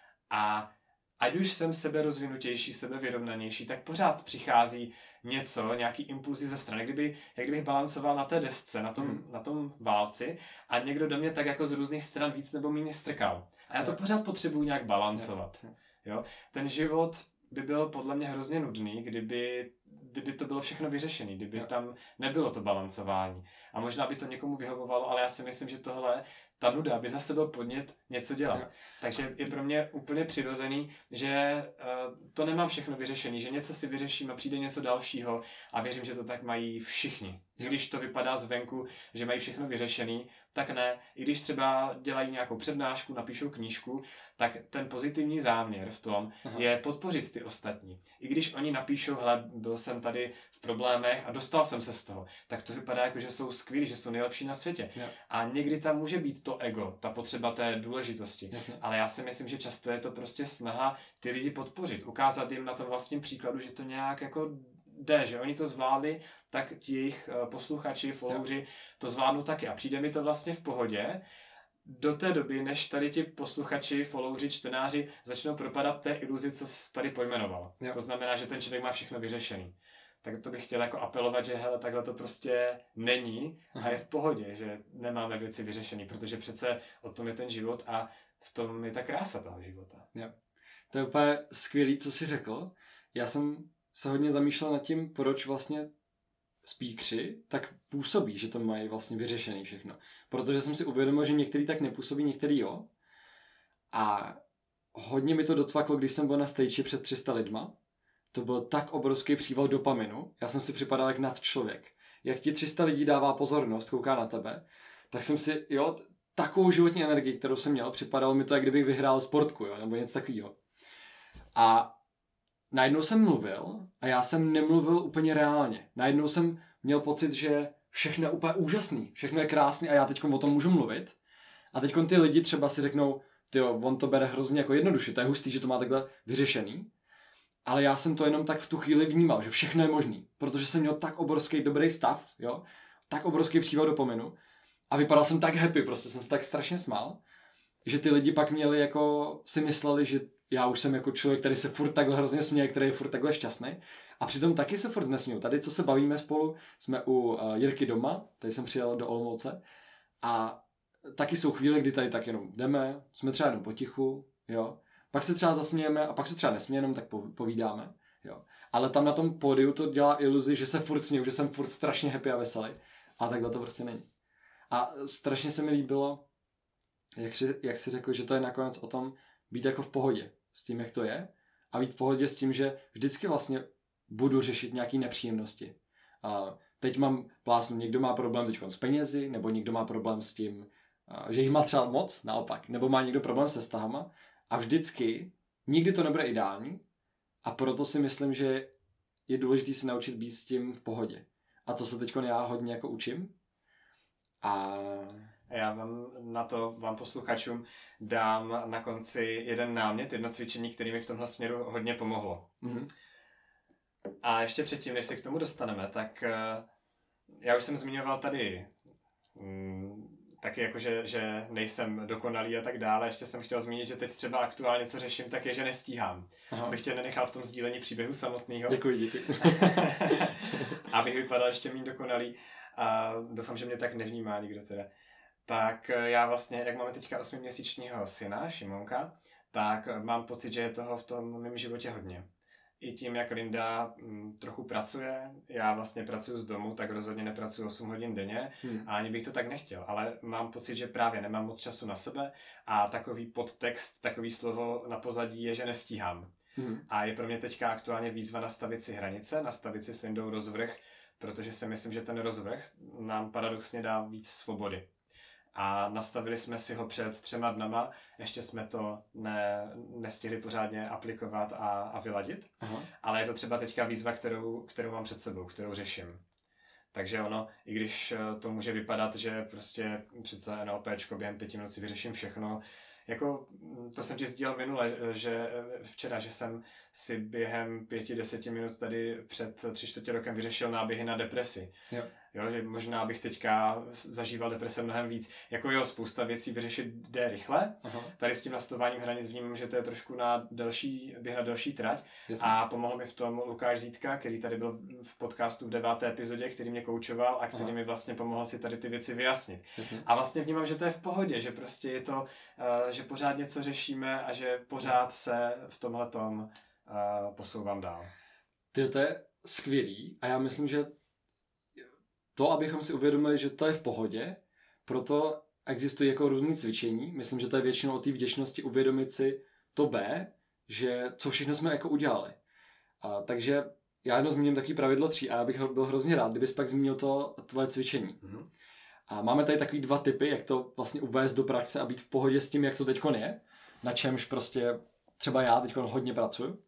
A ať už jsem seberozvinutější, sebevyrovnanější, tak pořád přichází něco, nějaký impulzy ze strany, kdyby, jak kdybych balancoval na té desce, na tom, hmm. na tom válci a někdo do mě tak jako z různých stran víc nebo méně strkal. A já to pořád potřebuji nějak balancovat. Jo? Ten život by byl podle mě hrozně nudný, kdyby, kdyby to bylo všechno vyřešené, kdyby jo. tam nebylo to balancování. A možná by to někomu vyhovovalo, ale já si myslím, že tohle, ta nuda by zase byl podnět něco dělat. Jo. Takže je pro mě úplně přirozený, že uh, to nemám všechno vyřešené, že něco si vyřeším a přijde něco dalšího a věřím, že to tak mají všichni. I když to vypadá zvenku, že mají všechno vyřešený, tak ne. I když třeba dělají nějakou přednášku, napíšou knížku, tak ten pozitivní záměr v tom Aha. je podpořit ty ostatní. I když oni napíšou, hele, byl jsem tady v problémech a dostal jsem se z toho, tak to vypadá jako, že jsou skvělí, že jsou nejlepší na světě. Jo. A někdy tam může být to ego, ta potřeba té důležitosti. Jasně. Ale já si myslím, že často je to prostě snaha ty lidi podpořit, ukázat jim na tom vlastním příkladu, že to nějak jako jde, že oni to zvládli, tak ti jejich posluchači, followři to zvládnou taky. A přijde mi to vlastně v pohodě do té doby, než tady ti posluchači, followři, čtenáři začnou propadat té iluzi, co jsi tady pojmenoval. Jo. To znamená, že ten člověk má všechno vyřešený. Tak to bych chtěl jako apelovat, že hele, takhle to prostě není a je v pohodě, že nemáme věci vyřešený, protože přece o tom je ten život a v tom je ta krása toho života. Jo. To je úplně skvělý, co jsi řekl. Já jsem se hodně zamýšlel nad tím, proč vlastně speakři tak působí, že to mají vlastně vyřešený všechno. Protože jsem si uvědomil, že některý tak nepůsobí, některý jo. A hodně mi to docvaklo, když jsem byl na stage před tři sta lidma. To byl tak obrovský příval dopaminu. Já jsem si připadal jak nadčlověk. Jak ti tři sta lidí dává pozornost, kouká na tebe, tak jsem si, jo, takovou životní energii, kterou jsem měl, připadalo mi to, jak kdybych vyhrál sportku, jo, nebo něco takového. A najednou jsem mluvil a já jsem nemluvil úplně reálně. Najednou jsem měl pocit, že všechno je úplně úžasný, všechno je krásný a já teď o tom můžu mluvit. A teď ty lidi třeba si řeknou, tyjo, on to bere hrozně jako jednoduše, to je hustý, že to má takhle vyřešený. Ale já jsem to jenom tak v tu chvíli vnímal, že všechno je možný, protože jsem měl tak obrovský dobrý stav, jo, tak obrovský příval dopaminu a vypadal jsem tak happy, prostě jsem se tak strašně smál, že ty lidi pak měli jako, si mysleli, že já už jsem jako člověk, který se furt takhle hrozně směje, který je furt takhle šťastný. A přitom taky se furt nesměju. Tady, co se bavíme spolu, jsme u uh, Jirky doma, tady jsem přijel do Olomouce a taky jsou chvíle, kdy tady tak jenom jdeme, jsme třeba jenom potichu, jo. Pak se třeba zasmějeme a pak se třeba nesmějeme, jenom tak povídáme, jo. Ale tam na tom pódiu to dělá iluzi, že se furt směju, že jsem furt strašně happy a veselý. A takhle to prostě není. A strašně se mi líbilo, jak jsi, jak jsi řekl, že to je nakonec o tom být jako v pohodě s tím, jak to je a být v pohodě s tím, že vždycky vlastně budu řešit nějaké nepříjemnosti. A teď mám plásnu, někdo má problém teď s penězi, nebo někdo má problém s tím, že jich má třeba moc, naopak, nebo má někdo problém se vztahama a vždycky, nikdy to nebude ideální a proto si myslím, že je důležité se naučit být s tím v pohodě. A to se teď já hodně jako učím. A já vám na to, vám posluchačům, dám na konci jeden námět, jedno cvičení, který mi v tomhle směru hodně pomohlo. Mm-hmm. A ještě předtím, než se k tomu dostaneme, tak já už jsem zmiňoval tady mm, taky jako, že, že nejsem dokonalý a tak dále. Ještě jsem chtěl zmínit, že teď třeba aktuálně co řeším, tak je, že nestíhám. Aha. Abych tě nenechal v tom sdílení příběhu samotného. Děkuji, děkuji. Abych vypadal ještě méně dokonalý. A doufám, že mě tak nevnímá nikdo teda. Tak já vlastně, jak máme teďka osmiměsíčního syna, Šimonka, tak mám pocit, že je toho v tom mém životě hodně. I tím, jak Linda m, trochu pracuje, já vlastně pracuji z domu, tak rozhodně nepracuji osm hodin denně hmm. a ani bych to tak nechtěl, ale mám pocit, že právě nemám moc času na sebe a takový podtext, takový slovo na pozadí je, že nestíhám. Hmm. A je pro mě teďka aktuálně výzva nastavit si hranice, nastavit si s Lindou rozvrh, protože si myslím, že ten rozvrh nám paradoxně dá víc svobody. A nastavili jsme si ho před třema dnama, ještě jsme to ne, nestihli pořádně aplikovat a, a vyladit, aha. Ale je to třeba teďka výzva, kterou, kterou mám před sebou, kterou řeším. Takže ono, i když to může vypadat, že prostě přece NLPčko během pěti minut si vyřeším všechno, jako to jsem ti sdílel minule, že včera, že jsem si během pěti, deseti minut tady před tři čtvrtě rokem vyřešil náběhy na depresi. Jo. Jo, že možná bych teďka zažíval deprese mnohem víc. Jako jo, spousta věcí vyřešit jde rychle. Aha. Tady s tím nastováním hranic vnímám, že to je trošku na delší, běh na delší trať. Jasně. A pomohl mi v tom Lukáš Zítka, který tady byl v podcastu v deváté epizodě, který mě koučoval a který Aha. mi vlastně pomohl si tady ty věci vyjasnit. Jasně. A vlastně vnímám, že to je v pohodě, že prostě je to, uh, že pořád něco řešíme a že pořád se v tomhletom uh, posouvám dál. Ty, to je skvělý a já myslím, že to, abychom si uvědomili, že to je v pohodě, proto existují jako různý cvičení. Myslím, že to je většinou o té vděčnosti uvědomit si to B, že co všechno jsme jako udělali. A, takže já jedno zmíním takový pravidlo tří a já bych byl hrozně rád, kdybys pak zmínil to tvoje cvičení. Mm-hmm. A máme tady takový dva typy, jak to vlastně uvést do praxe a být v pohodě s tím, jak to teďkon je, na čemž prostě třeba já teďkon hodně pracuji.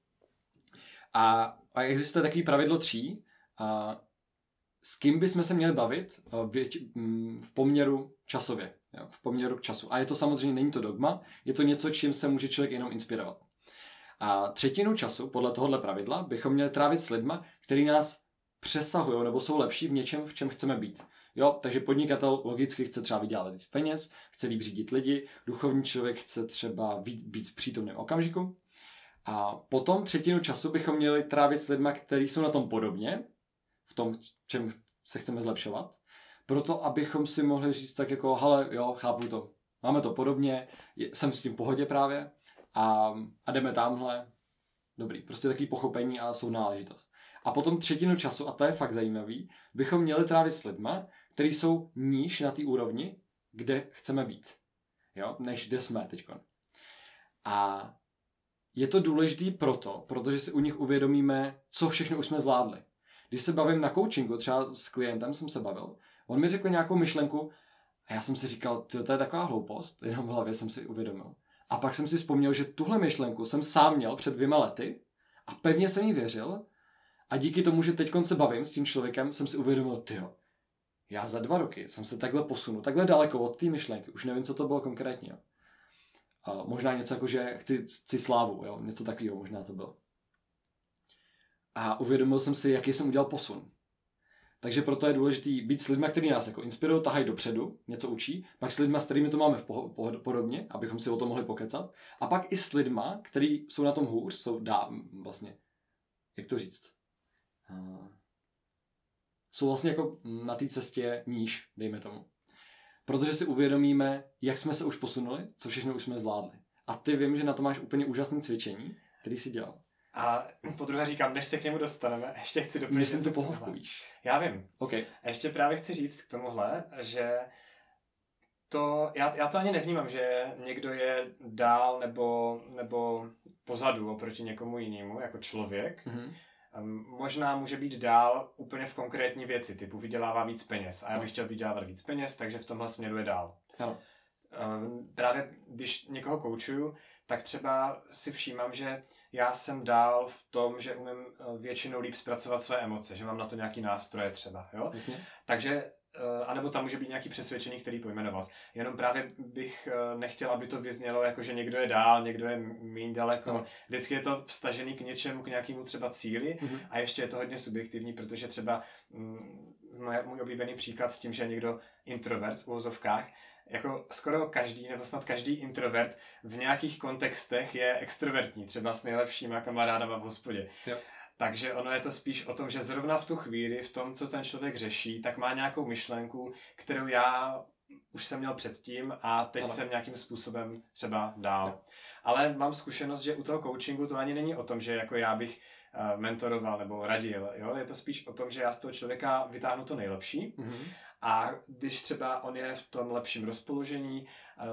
A, a existuje takový pravidlo tří a s kým bychom se měli bavit v poměru časově, jo, v poměru k času. A je to samozřejmě, není to dogma, je to něco, čím se může člověk jenom inspirovat. A třetinu času, podle tohohle pravidla, bychom měli trávit s lidma, který nás přesahují nebo jsou lepší v něčem, v čem chceme být. Jo, takže podnikatel logicky chce třeba vydělat víc peněz, chce líp řídit lidi, duchovní člověk chce třeba být, být v přítomném okamžiku. A potom třetinu času bychom měli trávit s lidma, kteří jsou na tom podobně, v tom, čem se chceme zlepšovat, proto abychom si mohli říct tak jako, hele, jo, chápu to, máme to podobně, jsem s tím v pohodě právě a, a jdeme tamhle, dobrý, prostě takový pochopení a sounáležitost. A potom třetinu času, a to je fakt zajímavý, bychom měli trávit s lidma, kteří jsou níž na té úrovni, kde chceme být, jo, než kde jsme teďkon. A je to důležitý proto, protože si u nich uvědomíme, co všechno už jsme zvládli. Když se bavím na coachingu, třeba s klientem jsem se bavil, on mi řekl nějakou myšlenku a já jsem si říkal, to je taková hloupost, jenom v hlavě jsem si uvědomil. A pak jsem si vzpomněl, že tuhle myšlenku jsem sám měl před dvěma lety a pevně jsem jí věřil a díky tomu, že teď se bavím s tím člověkem, jsem si uvědomil, tyjo, já za dva roky jsem se takhle posunul, takhle daleko od té myšlenky, už nevím, co to bylo konkrétně. Jo. A možná něco jako, že chci, chci slávu, jo, něco takového možná to bylo. A uvědomil jsem si, jaký jsem udělal posun. Takže proto je důležité být s lidmi, kteří nás jako inspirují, tahají dopředu, něco učí, pak s lidmi, s kterými to máme v poho- podobně, abychom si o tom mohli pokecat, a pak i s lidmi, kteří jsou na tom hůř, jsou dá, vlastně, jak to říct, uh, jsou vlastně jako na té cestě níž, dejme tomu. Protože si uvědomíme, jak jsme se už posunuli, co všechno už jsme zvládli. A ty vím, že na to máš úplně úžasné cvičení, který jsi dělal. A po druhé říkám, než se k němu dostaneme, ještě chci doplnit něco k tomuhle. Já vím. Okay. A ještě právě chci říct k tomuhle, že to, já, já to ani nevnímám, že někdo je dál nebo, nebo pozadu oproti někomu jinému, jako člověk. Mm-hmm. možná může být dál úplně v konkrétní věci, typu vydělává víc peněz a já bych chtěl vydělávat víc peněz, takže v tomhle směru je dál. Ano. Právě když někoho koučuju, tak třeba si všímám, že já jsem dál v tom, že umím většinou líp zpracovat své emoce, že mám na to nějaký nástroje třeba, jo? Jasně. Takže, anebo tam může být nějaký přesvědčení, který pojmenoval. Jenom právě bych nechtěl, aby to vyznělo jako, že někdo je dál, někdo je míň daleko. No. Vždycky je to vstažený k něčemu, k nějakému třeba cíli mm-hmm. a ještě je to hodně subjektivní, protože třeba mm, můj oblíbený příklad s tím, že je někdo introvert v uvozovkách, jako skoro každý, nebo snad každý introvert v nějakých kontextech je extrovertní, třeba s nejlepšíma kamarádama v hospodě. Jo. Takže ono je to spíš o tom, že zrovna v tu chvíli, v tom, co ten člověk řeší, tak má nějakou myšlenku, kterou já už jsem měl předtím a teď ano. jsem nějakým způsobem třeba dál. Jo. Ale mám zkušenost, že u toho coachingu to ani není o tom, že jako já bych uh, mentoroval nebo radil. Jo? Je to spíš o tom, že já z toho člověka vytáhnu to nejlepší. Mm-hmm. A když třeba on je v tom lepším rozpoložení,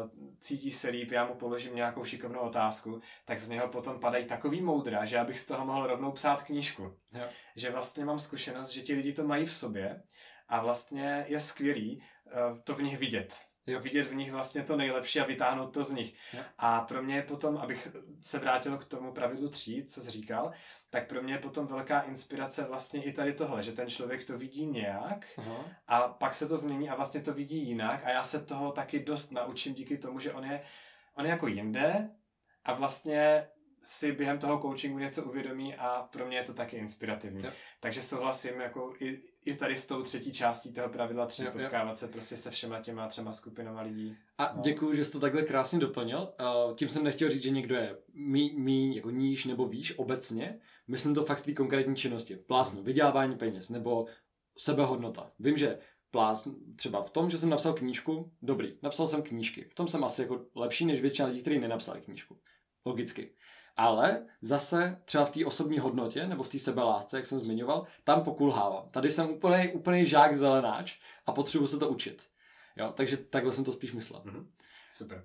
cítí se líp, já mu položím nějakou šikovnou otázku, tak z něho potom padají takový moudra, že abych z toho mohl rovnou psát knížku. Jo. Že vlastně mám zkušenost, že ti lidi to mají v sobě a vlastně je skvělý to v nich vidět. Jo. Vidět v nich vlastně to nejlepší a vytáhnout to z nich. Jo. A pro mě je potom, abych se vrátil k tomu pravidlu tří, co jsi říkal, tak pro mě je potom velká inspirace vlastně i tady tohle, že ten člověk to vidí nějak Aha. a pak se to změní a vlastně to vidí jinak a já se toho taky dost naučím díky tomu, že on je, on je jako jinde a vlastně si během toho coachingu něco uvědomí a pro mě je to taky inspirativní. Jo. Takže souhlasím jako i, i tady s tou třetí částí toho pravidla tři, jo, potkávat jo. se prostě se všema těma třema skupinama lidí. A no. Děkuju, že jsi to takhle krásně doplnil. Uh, tím jsem nechtěl říct, že někdo je mí, mí jako níž nebo výš obecně. Myslím to fakt té konkrétní činnosti. Plásnu, vydělávání peněz nebo sebehodnota. Vím, že plásnu, třeba v tom, že jsem napsal knížku, dobrý, napsal jsem knížky. V tom jsem asi jako lepší než většina lidí, kteří nenapsali knížku. Logicky. Ale zase třeba v té osobní hodnotě nebo v té sebelásce, jak jsem zmiňoval, tam pokulhávám. Tady jsem úplnej, úplnej žák zelenáč a potřebuji se to učit. Jo, takže takhle jsem to spíš myslel. Mm-hmm. Super.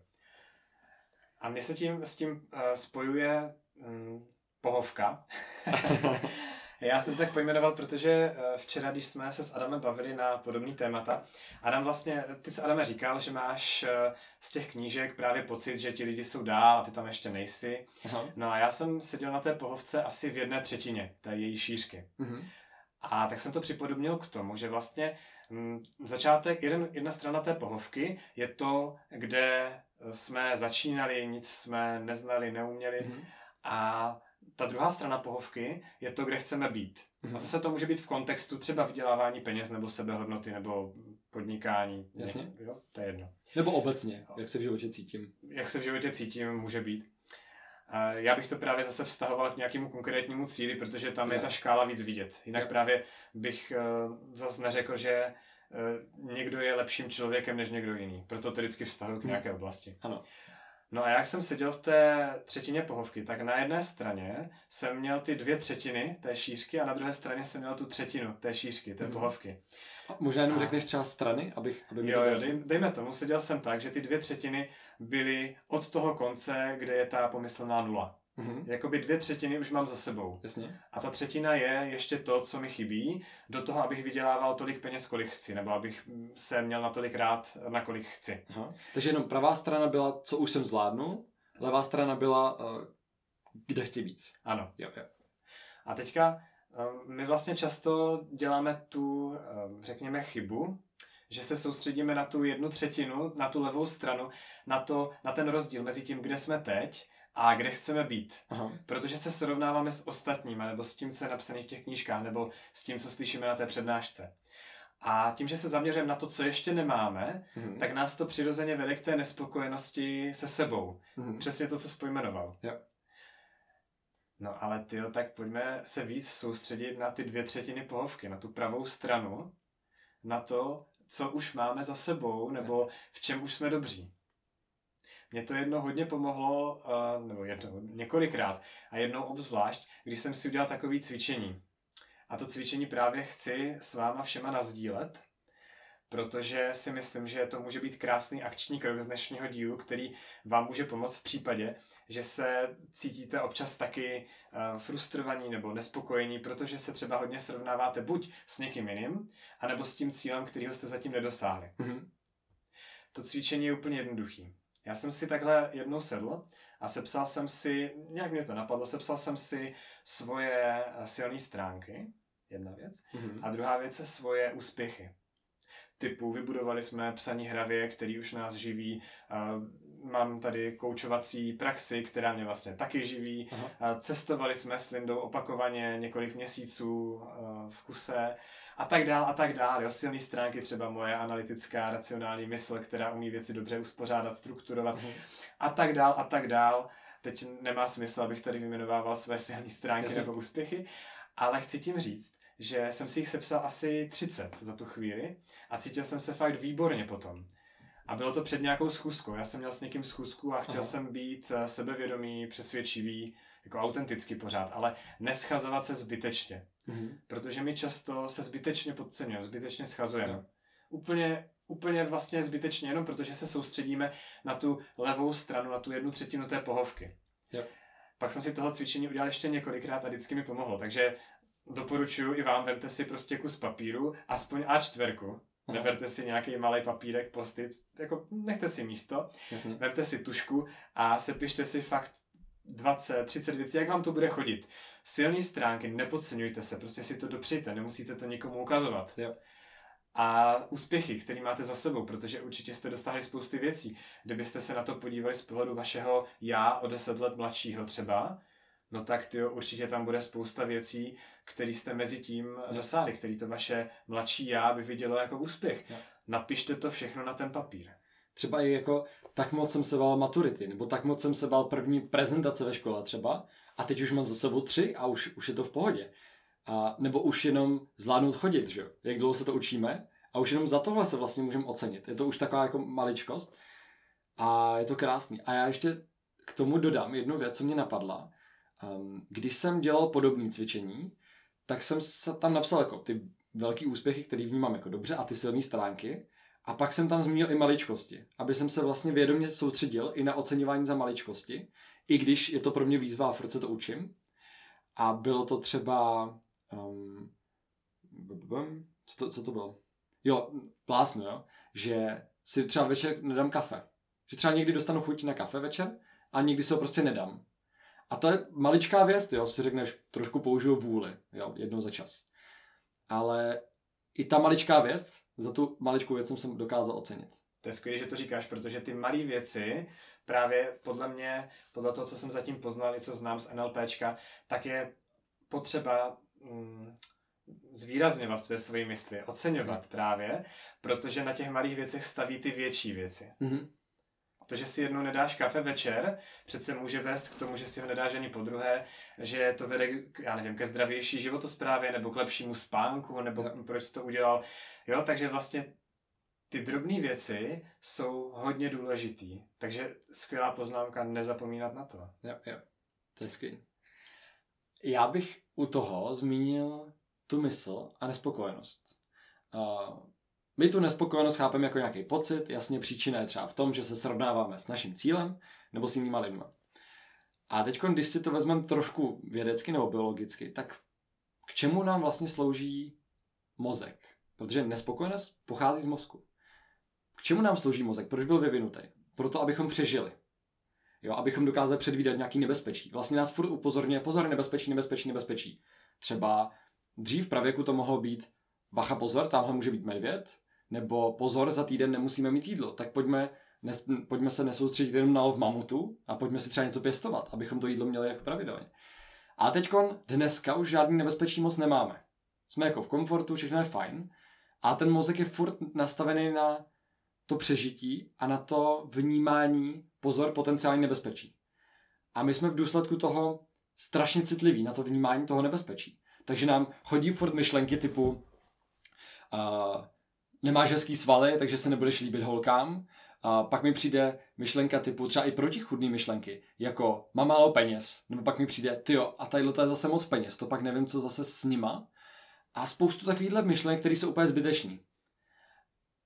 A mně se tím s tím uh, spojuje um, pohovka. Já jsem to tak pojmenoval, protože včera, když jsme se s Adamem bavili na podobný témata, Adam vlastně, ty jsi Adame říkal, že máš z těch knížek právě pocit, že ti lidi jsou dál a ty tam ještě nejsi. Aha. No a já jsem seděl na té pohovce asi v jedné třetině té její šířky. Mhm. A tak jsem to připodobnil k tomu, že vlastně m, začátek, jeden, jedna strana té pohovky je to, kde jsme začínali, nic jsme neznali, neuměli mhm. a ta druhá strana pohovky je to, kde chceme být. Mm-hmm. A zase to může být v kontextu třeba vydělávání peněz, nebo sebehodnoty, nebo podnikání. Jasně. Jo, to je jedno. Nebo obecně, jak se v životě cítím. Jak se v životě cítím, může být. A já bych to právě zase vztahoval k nějakému konkrétnímu cíli, protože tam je, je ta škála víc vidět. Jinak je. Právě bych uh, zase neřekl, že uh, někdo je lepším člověkem než někdo jiný. Proto to vždycky vztahuji k nějaké oblasti. Ano. No a jak jsem seděl v té třetině pohovky, tak na jedné straně jsem měl ty dvě třetiny té šířky a na druhé straně jsem měl tu třetinu té šířky, té mm. pohovky. A možná jenom a... řekneš třeba strany, abych... Aby jo, jo, dej, dejme tomu, seděl jsem tak, že ty dvě třetiny byly od toho konce, kde je ta pomyslná nula. Mm-hmm. Jakoby dvě třetiny už mám za sebou. Jasně. A ta třetina je ještě to, co mi chybí, do toho, abych vydělával tolik peněz, kolik chci, nebo abych se měl natolik rád, na kolik chci. Aha. Takže jenom pravá strana byla, co už jsem zvládnul, levá strana byla, kde chci být. Ano. Jo, jo. A teďka my vlastně často děláme tu, řekněme, chybu, že se soustředíme na tu jednu třetinu, na tu levou stranu, na, to, na ten rozdíl mezi tím, kde jsme teď a kde chceme být. Aha. Protože se srovnáváme s ostatními, nebo s tím, co je napsané v těch knížkách, nebo s tím, co slyšíme na té přednášce. A tím, že se zaměřujeme na to, co ještě nemáme, mm. tak nás to přirozeně vede k té nespokojenosti se sebou. Mm. Přesně to, co jsi pojmenoval. Jo. No ale tyjo, tak pojďme se víc soustředit na ty dvě třetiny pohovky, na tu pravou stranu, na to, co už máme za sebou, nebo v čem už jsme dobří. Mně to jedno hodně pomohlo, nebo jedno, několikrát, a jednou obzvlášť, když jsem si udělal takové cvičení. A to cvičení právě chci s váma všema nasdílet, protože si myslím, že to může být krásný akční krok z dnešního dílu, který vám může pomoct v případě, že se cítíte občas taky uh, frustrovaní nebo nespokojení, protože se třeba hodně srovnáváte buď s někým jiným, anebo s tím cílem, kterýho jste zatím nedosáhli. Mm-hmm. To cvičení je úplně jednoduchý. Já jsem si takhle jednou sedl a sepsal jsem si, nějak mě to napadlo, sepsal jsem si svoje silné stránky, jedna věc, mm-hmm. a druhá věc je svoje úspěchy. Typu vybudovali jsme psaní hravě, který už nás živí, uh, mám tady koučovací praxi, která mě vlastně taky živí, uh, cestovali jsme s Lindou opakovaně několik měsíců uh, v kuse a tak dál a tak dál. Jo, silné stránky, třeba moje analytická, racionální mysl, která umí věci dobře uspořádat, strukturovat uh-huh. a tak dál a tak dál. Teď nemá smysl, abych tady vyjmenovával své silné stránky Jasně. nebo úspěchy, ale chci tím říct, že jsem si jich sepsal asi třicet za tu chvíli a cítil jsem se fakt výborně potom. A bylo to před nějakou schůzkou. Já jsem měl s někým schůzku a chtěl Aha. jsem být sebevědomý, přesvědčivý, jako autenticky pořád, ale neschazovat se zbytečně. Mhm. Protože my často se zbytečně podceňujeme, zbytečně schazujeme. Jo. Úplně, úplně vlastně zbytečně, jenom protože se soustředíme na tu levou stranu, na tu jednu třetinu té pohovky. Jo. Pak jsem si toho cvičení udělal ještě několikrát a vždycky mi pomohlo. Takže doporučuji i vám, vemte si prostě kus papíru, aspoň á čtyři. Aha. Neberte si nějaký malý papírek, post-it, jako nechte si místo, Jasně. Vemte si tušku a sepište si fakt dvacet třicet věcí, jak vám to bude chodit. Silné stránky, nepodceňujte se, prostě si to dopřejte, nemusíte to nikomu ukazovat. Jo. A úspěchy, které máte za sebou, protože určitě jste dostali spousty věcí. Kdybyste se na to podívali z pohledu vašeho já o deset let mladšího třeba, no tak tyjo, určitě tam bude spousta věcí, které jste mezi tím dosáhli, který to vaše mladší já by vidělo jako úspěch. Ja. Napište to všechno na ten papír. Třeba i jako tak moc jsem se bál maturity, nebo tak moc jsem se bál první prezentace ve škole třeba a teď už mám za sebou tři a už, už je to v pohodě. A, nebo už jenom zvládnout chodit, že jo? Jak dlouho se to učíme a už jenom za tohle se vlastně můžeme ocenit. Je to už taková jako maličkost a je to krásný. A já ještě k tomu dodám jednu věc, co mě napadla. Um, když jsem dělal podobné cvičení, tak jsem se tam napsal jako ty velký úspěchy, který vnímám jako dobře a ty silné stránky a pak jsem tam zmínil i maličkosti, aby jsem se vlastně vědomě soustředil i na oceňování za maličkosti, i když je to pro mě výzva a furt se to učím. A bylo to třeba um, co, to, co to bylo? Jo, plásnu, jo, že si třeba večer nedám kafe. Že třeba někdy dostanu chuť na kafe večer a někdy se ho prostě nedám. A to je maličká věc, jo, si řekneš, trošku použiju vůli, jo, jednou za čas. Ale i ta maličká věc, za tu maličkou věc jsem se dokázal ocenit. To je skvělé, že to říkáš, protože ty malé věci, právě podle mě, podle toho, co jsem zatím poznal, i co znám z NLPčka, tak je potřeba mm, zvýrazňovat v té své mysli, oceňovat mm. právě, protože na těch malých věcech staví ty větší věci. Mm-hmm. To, že si jednou nedáš kafe večer, přece může vést k tomu, že si ho nedáš ani po druhé, že to vede, já nevím, ke zdravější životosprávě, nebo k lepšímu spánku, nebo jo. proč jsi to udělal. Jo, takže vlastně ty drobné věci jsou hodně důležitý. Takže skvělá poznámka, nezapomínat na to. Jo, jo, to je skvělé. Já bych u toho zmínil tu mysl a nespokojenost. Uh, My tu nespokojenost chápeme jako nějaký pocit, jasně příčina je třeba v tom, že se srovnáváme s naším cílem nebo s jinýma lidma. A teď, když si to vezmeme trošku vědecky nebo biologicky, tak k čemu nám vlastně slouží mozek? Protože nespokojenost pochází z mozku. K čemu nám slouží mozek? Proč byl vyvinutý? Proto, abychom přežili. Jo, abychom dokázali předvídat nějaký nebezpečí. Vlastně nás furt upozorňuje, pozor, nebezpečí, nebezpečí, nebezpečí. Třeba dřív v pravěku to mohlo být bacha, pozor, tamhle může být medvěd, nebo pozor, za týden nemusíme mít jídlo, tak pojďme, nes, pojďme se nesoustředit jenom na lov mamutu a pojďme si třeba něco pěstovat, abychom to jídlo měli jako pravidelně. A teďkon dneska už žádný nebezpečí moc nemáme. Jsme jako v komfortu, všechno je fajn a ten mozek je furt nastavený na to přežití a na to vnímání, pozor, potenciální nebezpečí. A my jsme v důsledku toho strašně citliví na to vnímání toho nebezpečí. Takže nám chodí furt myšlenky typu uh, nemáš hezký svaly, takže se nebudeš líbit holkám. A pak mi přijde myšlenka typu třeba i protichůdný myšlenky, jako mám málo peněz. Nebo pak mi přijde, tyjo, a tadyhle to je zase moc peněz, to pak nevím, co zase s nima. A spoustu takovýchhle myšlenek, které jsou úplně zbytečný.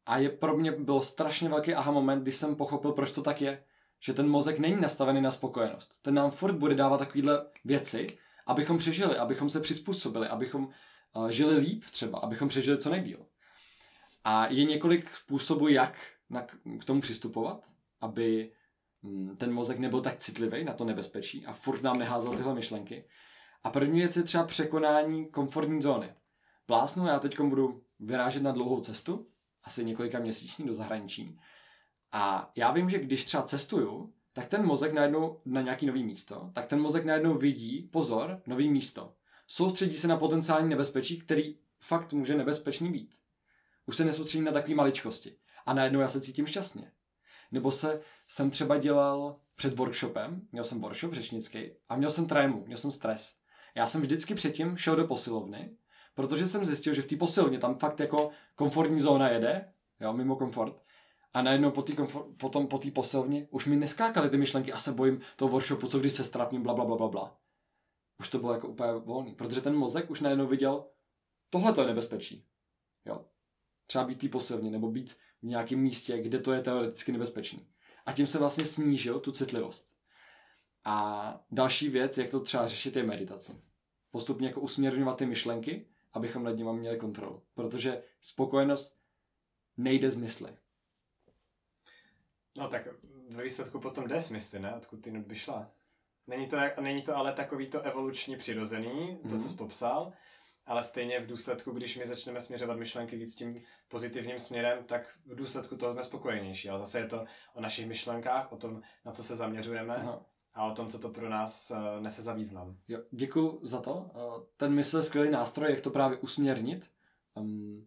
A je pro mě byl strašně velký aha moment, když jsem pochopil, proč to tak je. Že ten mozek není nastavený na spokojenost. Ten nám furt bude dávat takovéhle věci, abychom přežili, abychom se přizpůsobili, abychom uh, žili líp třeba, abychom přežili co nejdýl. A je několik způsobů, jak na, k tomu přistupovat, aby hm, ten mozek nebyl tak citlivý na to nebezpečí a furt nám neházel tyhle myšlenky. A první věc je třeba překonání komfortní zóny. Plásnu, já teď budu vyrážet na dlouhou cestu, asi několika měsíční do zahraničí. A já vím, že když třeba cestuju, tak ten mozek najednou na nějaký nový místo, tak ten mozek najednou vidí, pozor, nový místo. Soustředí se na potenciální nebezpečí, který fakt může nebezpečný být. Už se nesoustředí na takové maličkosti. A najednou já se cítím šťastně. Nebo se jsem třeba dělal před workshopem, měl jsem workshop řečnický a měl jsem trému, měl jsem stres. Já jsem vždycky předtím šel do posilovny, protože jsem zjistil, že v té posilovně tam fakt jako komfortní zóna jede, jo, mimo komfort. A najednou po té komfort, potom po té posilovně už mi neskákaly ty myšlenky a se bojím toho workshopu, co když se strapním, bla, bla, bla, bla, bla. Už to bylo jako úplně volný, protože ten mozek už najednou viděl, tohle to je nebezpečí. Jo. Třeba být v té posilovně nebo být v nějakém místě, kde to je teoreticky nebezpečný. A tím se vlastně snížil tu citlivost. A další věc, jak to třeba řešit, je meditace. Postupně jako usměrňovat ty myšlenky, abychom nad nimi měli kontrolu. Protože spokojenost nejde z mysli. No tak ve výsledku potom jde z mysli, ne? Odkud ty by šla. Není to, není to ale takový to evoluční přirozený, to, co jsi popsal, ale stejně v důsledku, když my začneme směřovat myšlenky víc tím pozitivním směrem, tak v důsledku toho jsme spokojenější. Ale zase je to o našich myšlenkách, o tom, na co se zaměřujeme. Aha. A o tom, co to pro nás uh, nese za význam. Jo, děkuju za to. Uh, ten mysl je skvělý nástroj, jak to právě usměrnit. Um,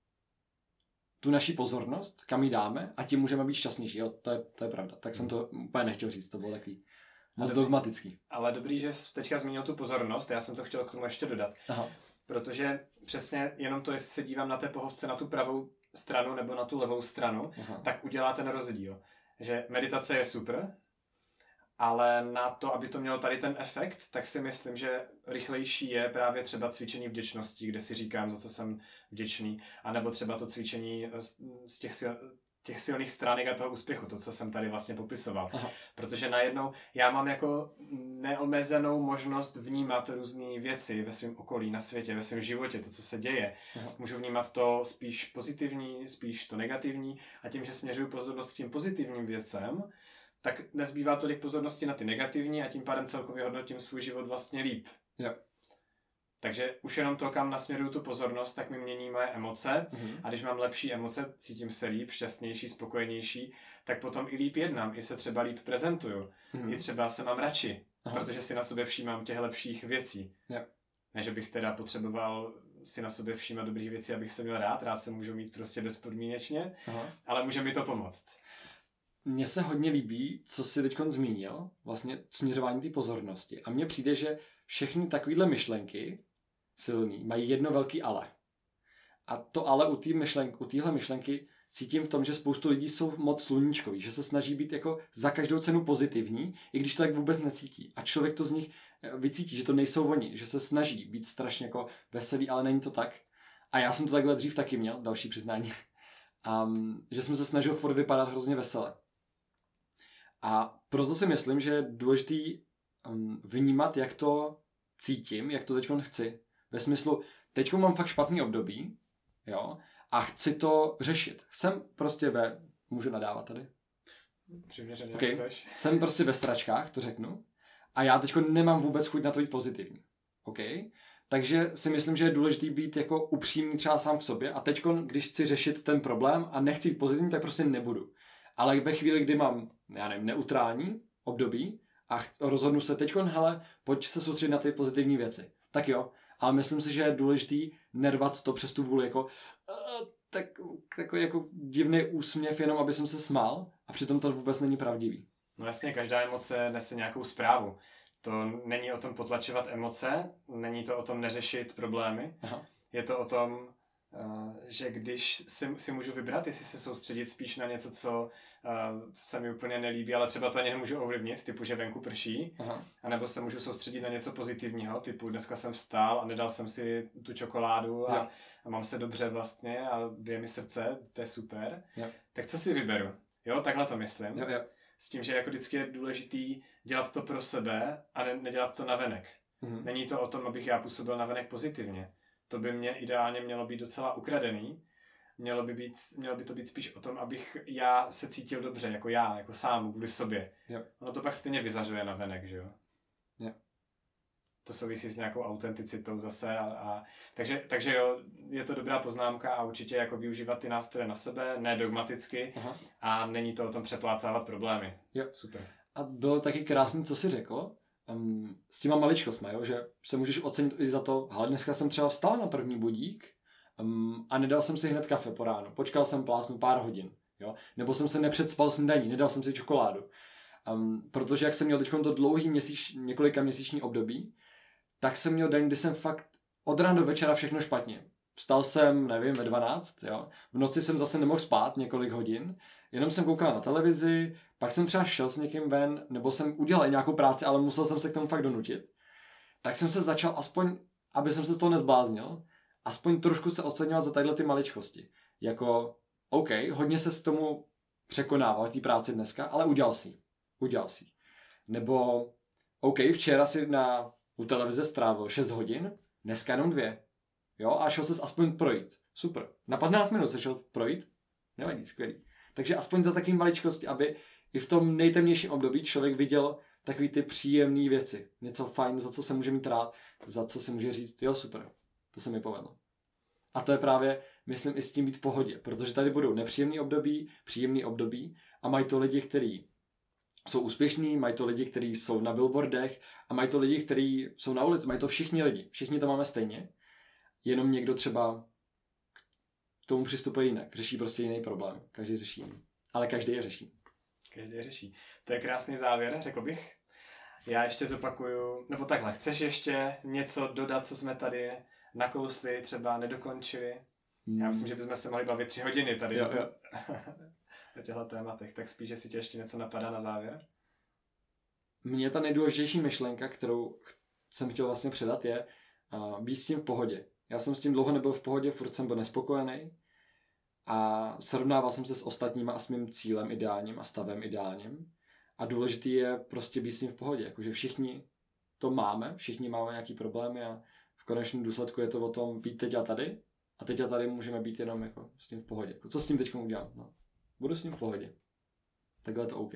tu naši pozornost, kam ji dáme a tím můžeme být šťastnější. Jo, to je, to je pravda. Tak jsem to úplně nechtěl říct, to bylo takový moc dobrý, dogmatický. Ale dobrý, že jsi teďka zmínil tu pozornost, já jsem to chtěl k tomu ještě dodat. Aha. Protože přesně jenom to, jestli se dívám na té pohovce na tu pravou stranu nebo na tu levou stranu, Aha. tak udělá ten rozdíl. Že meditace je super, ale na to, aby to mělo tady ten efekt, tak si myslím, že rychlejší je právě třeba cvičení vděčnosti, kde si říkám, za co jsem vděčný, anebo třeba to cvičení z těch, sil, těch silných stránek a toho úspěchu, to, co jsem tady vlastně popisoval. Aha. Protože najednou já mám jako neomezenou možnost vnímat různé věci ve svém okolí, na světě, ve svém životě, to, co se děje. Aha. Můžu vnímat to spíš pozitivní, spíš to negativní a tím, že směřuju pozornost k tím pozitivním věcem, tak nezbývá tolik pozornosti na ty negativní a tím pádem celkově hodnotím svůj život vlastně líp. Jo. Takže už jenom to, kam nasměruju tu pozornost, tak mi mění moje emoce mm-hmm. a když mám lepší emoce, cítím se líp, šťastnější, spokojenější, tak potom i líp jednám, i se třeba líp prezentuju, mm-hmm. i třeba se mám radši, Aha. protože si na sobě všímám těch lepších věcí. Jo. Ne, že bych teda potřeboval si na sobě všímat dobrých věcí, abych se měl rád, rád se můžu mít prostě bezpodmínečně, Aha. ale může mi to pomoct. Mně se hodně líbí, co jsi teďkon zmínil, vlastně směřování té pozornosti. A mně přijde, že všechny takovéhle myšlenky silný mají jedno velký ale. A to ale u té myšlenky, u téhle myšlenky cítím v tom, že spoustu lidí jsou moc sluníčkoví, že se snaží být jako za každou cenu pozitivní, i když to tak vůbec necítí. A člověk to z nich vycítí, že to nejsou oni, že se snaží být strašně jako veselý, ale není to tak. A já jsem to takhle dřív taky měl, další přiznání, um, že jsem se snažil furt vypadat hrozně vesele. A proto si myslím, že je důležitý um, vnímat, jak to cítím, jak to teďkon chci. Ve smyslu, teďkon mám fakt špatný období, jo, a chci to řešit. Jsem prostě ve, můžu nadávat tady? Přiměřeně, okay. chceš. Jsem prostě ve stračkách, to řeknu, a já teďkon nemám vůbec chuť na to být pozitivní. Okay? Takže si myslím, že je důležitý být jako upřímný třeba sám k sobě a teďkon, když chci řešit ten problém a nechci být pozitivní, tak prostě nebudu. Ale ve chvíli, kdy mám, já nevím, neutrální období a ch- rozhodnu se teďkon, hele, pojď se soustředit na ty pozitivní věci. Tak jo, ale myslím si, že je důležitý nervat to přes tu vůli, jako uh, tak, takový jako divný úsměv, jenom aby jsem se smál a přitom to vůbec není pravdivý. No jasně, každá emoce nese nějakou zprávu. To není o tom potlačovat emoce, není to o tom neřešit problémy, Aha. je to o tom Uh, že když si, si můžu vybrat, jestli se soustředit spíš na něco, co uh, se mi úplně nelíbí, ale třeba to ani nemůžu ovlivnit, typu, že venku prší, Aha. anebo se můžu soustředit na něco pozitivního, typu dneska jsem vstál a nedal jsem si tu čokoládu a, a mám se dobře vlastně a bije mi srdce, to je super. Jo. Tak co si vyberu? Jo, takhle to myslím. Jo, jo. S tím, že jako vždycky je důležitý dělat to pro sebe a ne, nedělat to navenek. Mhm. Není to o tom, abych já působil navenek pozitivně. To by mě ideálně mělo být docela ukradený. Mělo by, být, mělo by to být spíš o tom, abych já se cítil dobře, jako já, jako sám, kvůli sobě. Jo. Ono to pak stejně vyzařuje navenek, že jo? Jo. To souvisí s nějakou autenticitou zase. A, a, takže, takže jo, je to dobrá poznámka a určitě jako využívat ty nástroje na sebe, ne dogmaticky. Aha. A není to o tom přeplácávat problémy. Jo. Super. A bylo taky krásný, co jsi řekl, um, s těma maličkostma, jo? Že se můžeš ocenit i za to, ale dneska jsem třeba vstal na první budík um, a nedal jsem si hned kafe po ránu. Počkal jsem plásnu pár hodin, jo? Nebo jsem se nepředspal snídaní, nedal jsem si čokoládu. Um, protože jak jsem měl teď to dlouhý měsíc, několika měsíční období, tak jsem měl den, kdy jsem fakt od rána do večera všechno špatně. Vstal jsem, nevím, ve dvanáct, jo? V noci jsem zase nemohl spát několik hodin, jenom jsem koukal na televizi, pak jsem třeba šel s někým ven, nebo jsem udělal nějakou práci, ale musel jsem se k tomu fakt donutit. Tak jsem se začal aspoň, aby jsem se z toho nezbláznil, aspoň trošku se oceňovat za tadyhle ty maličkosti. Jako, OK, hodně se s tomu překonával té práci dneska, ale udělal si Udělal si Nebo, OK, včera si na, u televize strávil šest hodin, dneska jenom dvě. Jo, a šel ses aspoň projít. Super. Na patnáct minut se šel projít? Nevadí, skvělý. Takže aspoň za takovým maličkosti, aby i v tom nejtemnějším období člověk viděl takový ty příjemné věci. Něco fajn, za co se může mít rád, za co se může říct, jo, super, to se mi povedlo. A to je právě, myslím, i s tím být v pohodě, protože tady budou nepříjemný období, příjemný období a mají to lidi, kteří jsou úspěšní, mají to lidi, kteří jsou na billboardech a mají to lidi, kteří jsou na ulici, mají to všichni lidi, všichni to máme stejně, jenom někdo třeba k tomu přistupuje jinak, řeší prostě jiný problém, každý řeší jiný, ale každý je řeší. Každý řeší. To je krásný závěr, řekl bych. Já ještě zopakuju, nebo takhle, chceš ještě něco dodat, co jsme tady nakousli, třeba nedokončili? Hmm. Já myslím, že bychom se mohli bavit tři hodiny tady jo, jo. o těchto tématech, tak spíš, jestli tě ještě něco napadá na závěr? Mně ta nejdůležitější myšlenka, kterou jsem chtěl vlastně předat, je uh, být s tím v pohodě. Já jsem s tím dlouho nebyl v pohodě, furt jsem byl nespokojený a srovnával jsem se s ostatníma a s mým cílem ideálním a stavem ideálním. A důležitý je prostě být s tím v pohodě. Jakože všichni to máme, všichni máme nějaký problémy a v konečném důsledku je to o tom být teď a tady. A teď a tady můžeme být jenom jako s tím v pohodě. Jako, co s tím teď udělám? No. Budu s tím v pohodě. Takhle je to OK.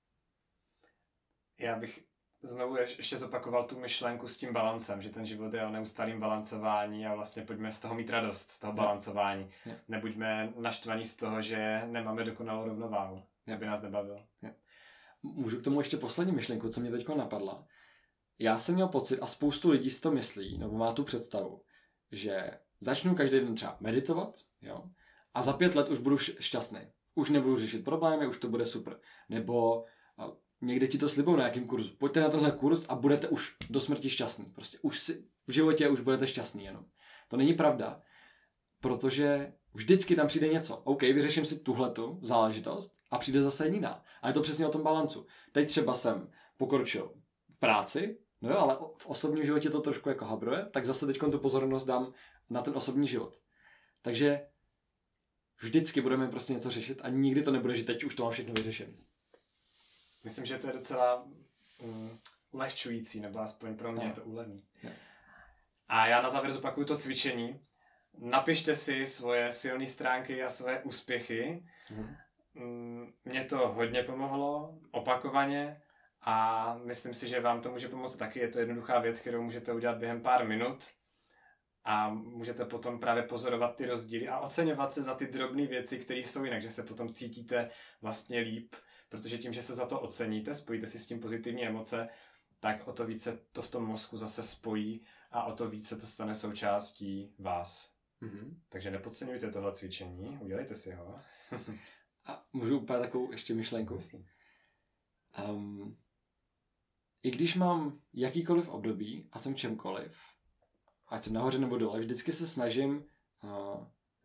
Já bych znovu ještě zopakoval tu myšlenku s tím balancem, že ten život je o neustálým balancování a vlastně pojďme z toho mít radost, z toho balancování. Je. Nebuďme naštvaní z toho, že nemáme dokonalou rovnováhu. To by nás nebavilo. Je. Můžu k tomu ještě poslední myšlenku, co mě teď napadla. Já jsem měl pocit, a spoustu lidí si to myslí, nebo má tu představu, že začnu každý den třeba meditovat, jo, a za pět let už budu šťastný. Už nebudu řešit problémy, už to bude super. Nebo a, někde ti to slibou na nějakém kurzu. Pojďte na tenhle kurz a budete už do smrti šťastný. Prostě už si, v životě už budete šťastný jenom. To není pravda, protože vždycky tam přijde něco. OK, vyřeším si tuhletu záležitost a přijde zase jiná. A je to přesně o tom balancu. Teď třeba jsem pokročil v práci, no jo, ale v osobním životě to trošku jako habruje, tak zase teď tu pozornost dám na ten osobní život. Takže vždycky budeme prostě něco řešit a nikdy to nebude, že teď už to mám všechno vyřešené. Myslím, že to je docela um, ulehčující, nebo aspoň pro mě no. je to úlevný. No. A já na závěr zopakuju to cvičení. Napište si svoje silné stránky a svoje úspěchy. Mm. Mně to hodně pomohlo, opakovaně, a myslím si, že vám to může pomoct taky. Je to jednoduchá věc, kterou můžete udělat během pár minut a můžete potom právě pozorovat ty rozdíly a oceňovat se za ty drobné věci, které jsou jinak, že se potom cítíte vlastně líp, protože tím, že se za to oceníte, spojíte si s tím pozitivní emoce, tak o to více to v tom mozku zase spojí a o to více to stane součástí vás. Mm-hmm. Takže nepodceňujte tohle cvičení, udělejte si ho. A můžu úplně takovou ještě myšlenku. Um, I když mám jakýkoliv období a jsem čemkoliv, ať jsem nahoře nebo dole, vždycky se snažím uh,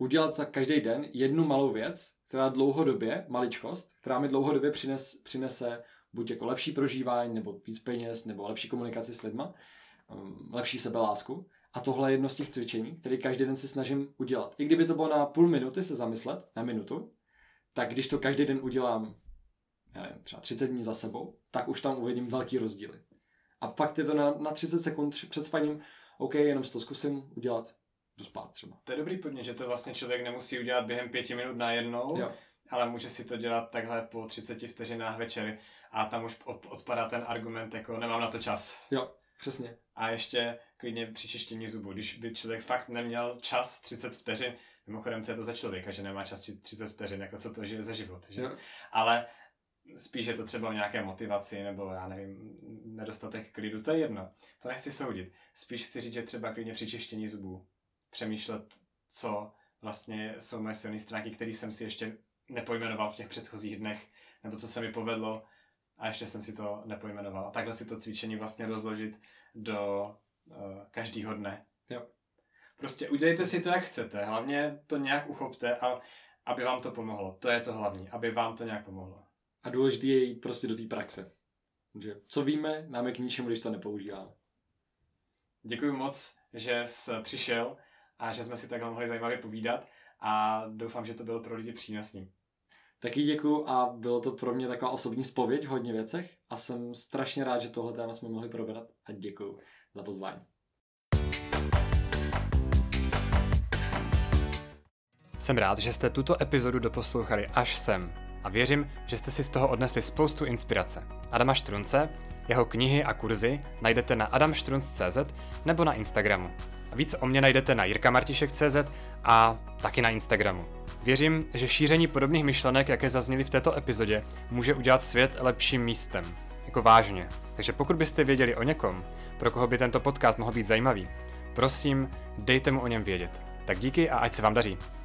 udělat za každý den jednu malou věc, která dlouhodobě, maličkost, která mi dlouhodobě přines, přinese buď jako lepší prožívání, nebo víc peněz, nebo lepší komunikaci s lidma, lepší sebelásku. A tohle je jedno z těch cvičení, které každý den si snažím udělat. I kdyby to bylo na půl minuty se zamyslet, na minutu, tak když to každý den udělám, já nevím, třeba třicet dní za sebou, tak už tam uvidím velký rozdíly. A fakt je to na, na třicet sekund před spaním, OK, jenom si to zkusím udělat, jdu spát třeba. To je dobrý podnět, že to vlastně člověk nemusí udělat během pěti minut najednou, jo. Ale může si to dělat takhle po třiceti vteřinách večer a tam už odpadá ten argument, jako nemám na to čas. Jo, přesně. A ještě klidně při čištění zubů, když by člověk fakt neměl čas třicet vteřin, mimochodem co je to za člověka, že nemá čas třicet vteřin, jako co to žije za život, že? Ale spíš je to třeba o nějaké motivaci nebo já nevím, nedostatek klidu, to je jedno, to nechci soudit. Spíš chci říct, že třeba klidně při čištění zubů přemýšlet, co vlastně jsou moje silné stránky, které jsem si ještě nepojmenoval v těch předchozích dnech, nebo co se mi povedlo a ještě jsem si to nepojmenoval. A takhle si to cvičení vlastně rozložit do uh, každého dne. Jo. Prostě udělejte si to, jak chcete. Hlavně to nějak uchopte, a aby vám to pomohlo. To je to hlavní, aby vám to nějak pomohlo. A důležité je jít prostě do té praxe. Že co víme, nám je k ničemu, když to nepoužíváme. Děkuji moc, že jsi přišel a že jsme si takhle mohli zajímavě povídat a doufám, že to bylo pro lidi přínosný. Taky děkuju a bylo to pro mě taková osobní zpověď v hodně věcech a jsem strašně rád, že tohle téma jsme mohli probrat a děkuju za pozvání. Jsem rád, že jste tuto epizodu doposlouchali až sem a věřím, že jste si z toho odnesli spoustu inspirace. Adama Štrunce, jeho knihy a kurzy najdete na adam štrunc tečka cé zet nebo na Instagramu. A víc o mě najdete na jirka martišek tečka cé zet a taky na Instagramu. Věřím, že šíření podobných myšlenek, jaké zazněly v této epizodě, může udělat svět lepším místem. Jako vážně. Takže pokud byste věděli o někom, pro koho by tento podcast mohl být zajímavý, prosím, dejte mu o něm vědět. Tak díky a ať se vám daří.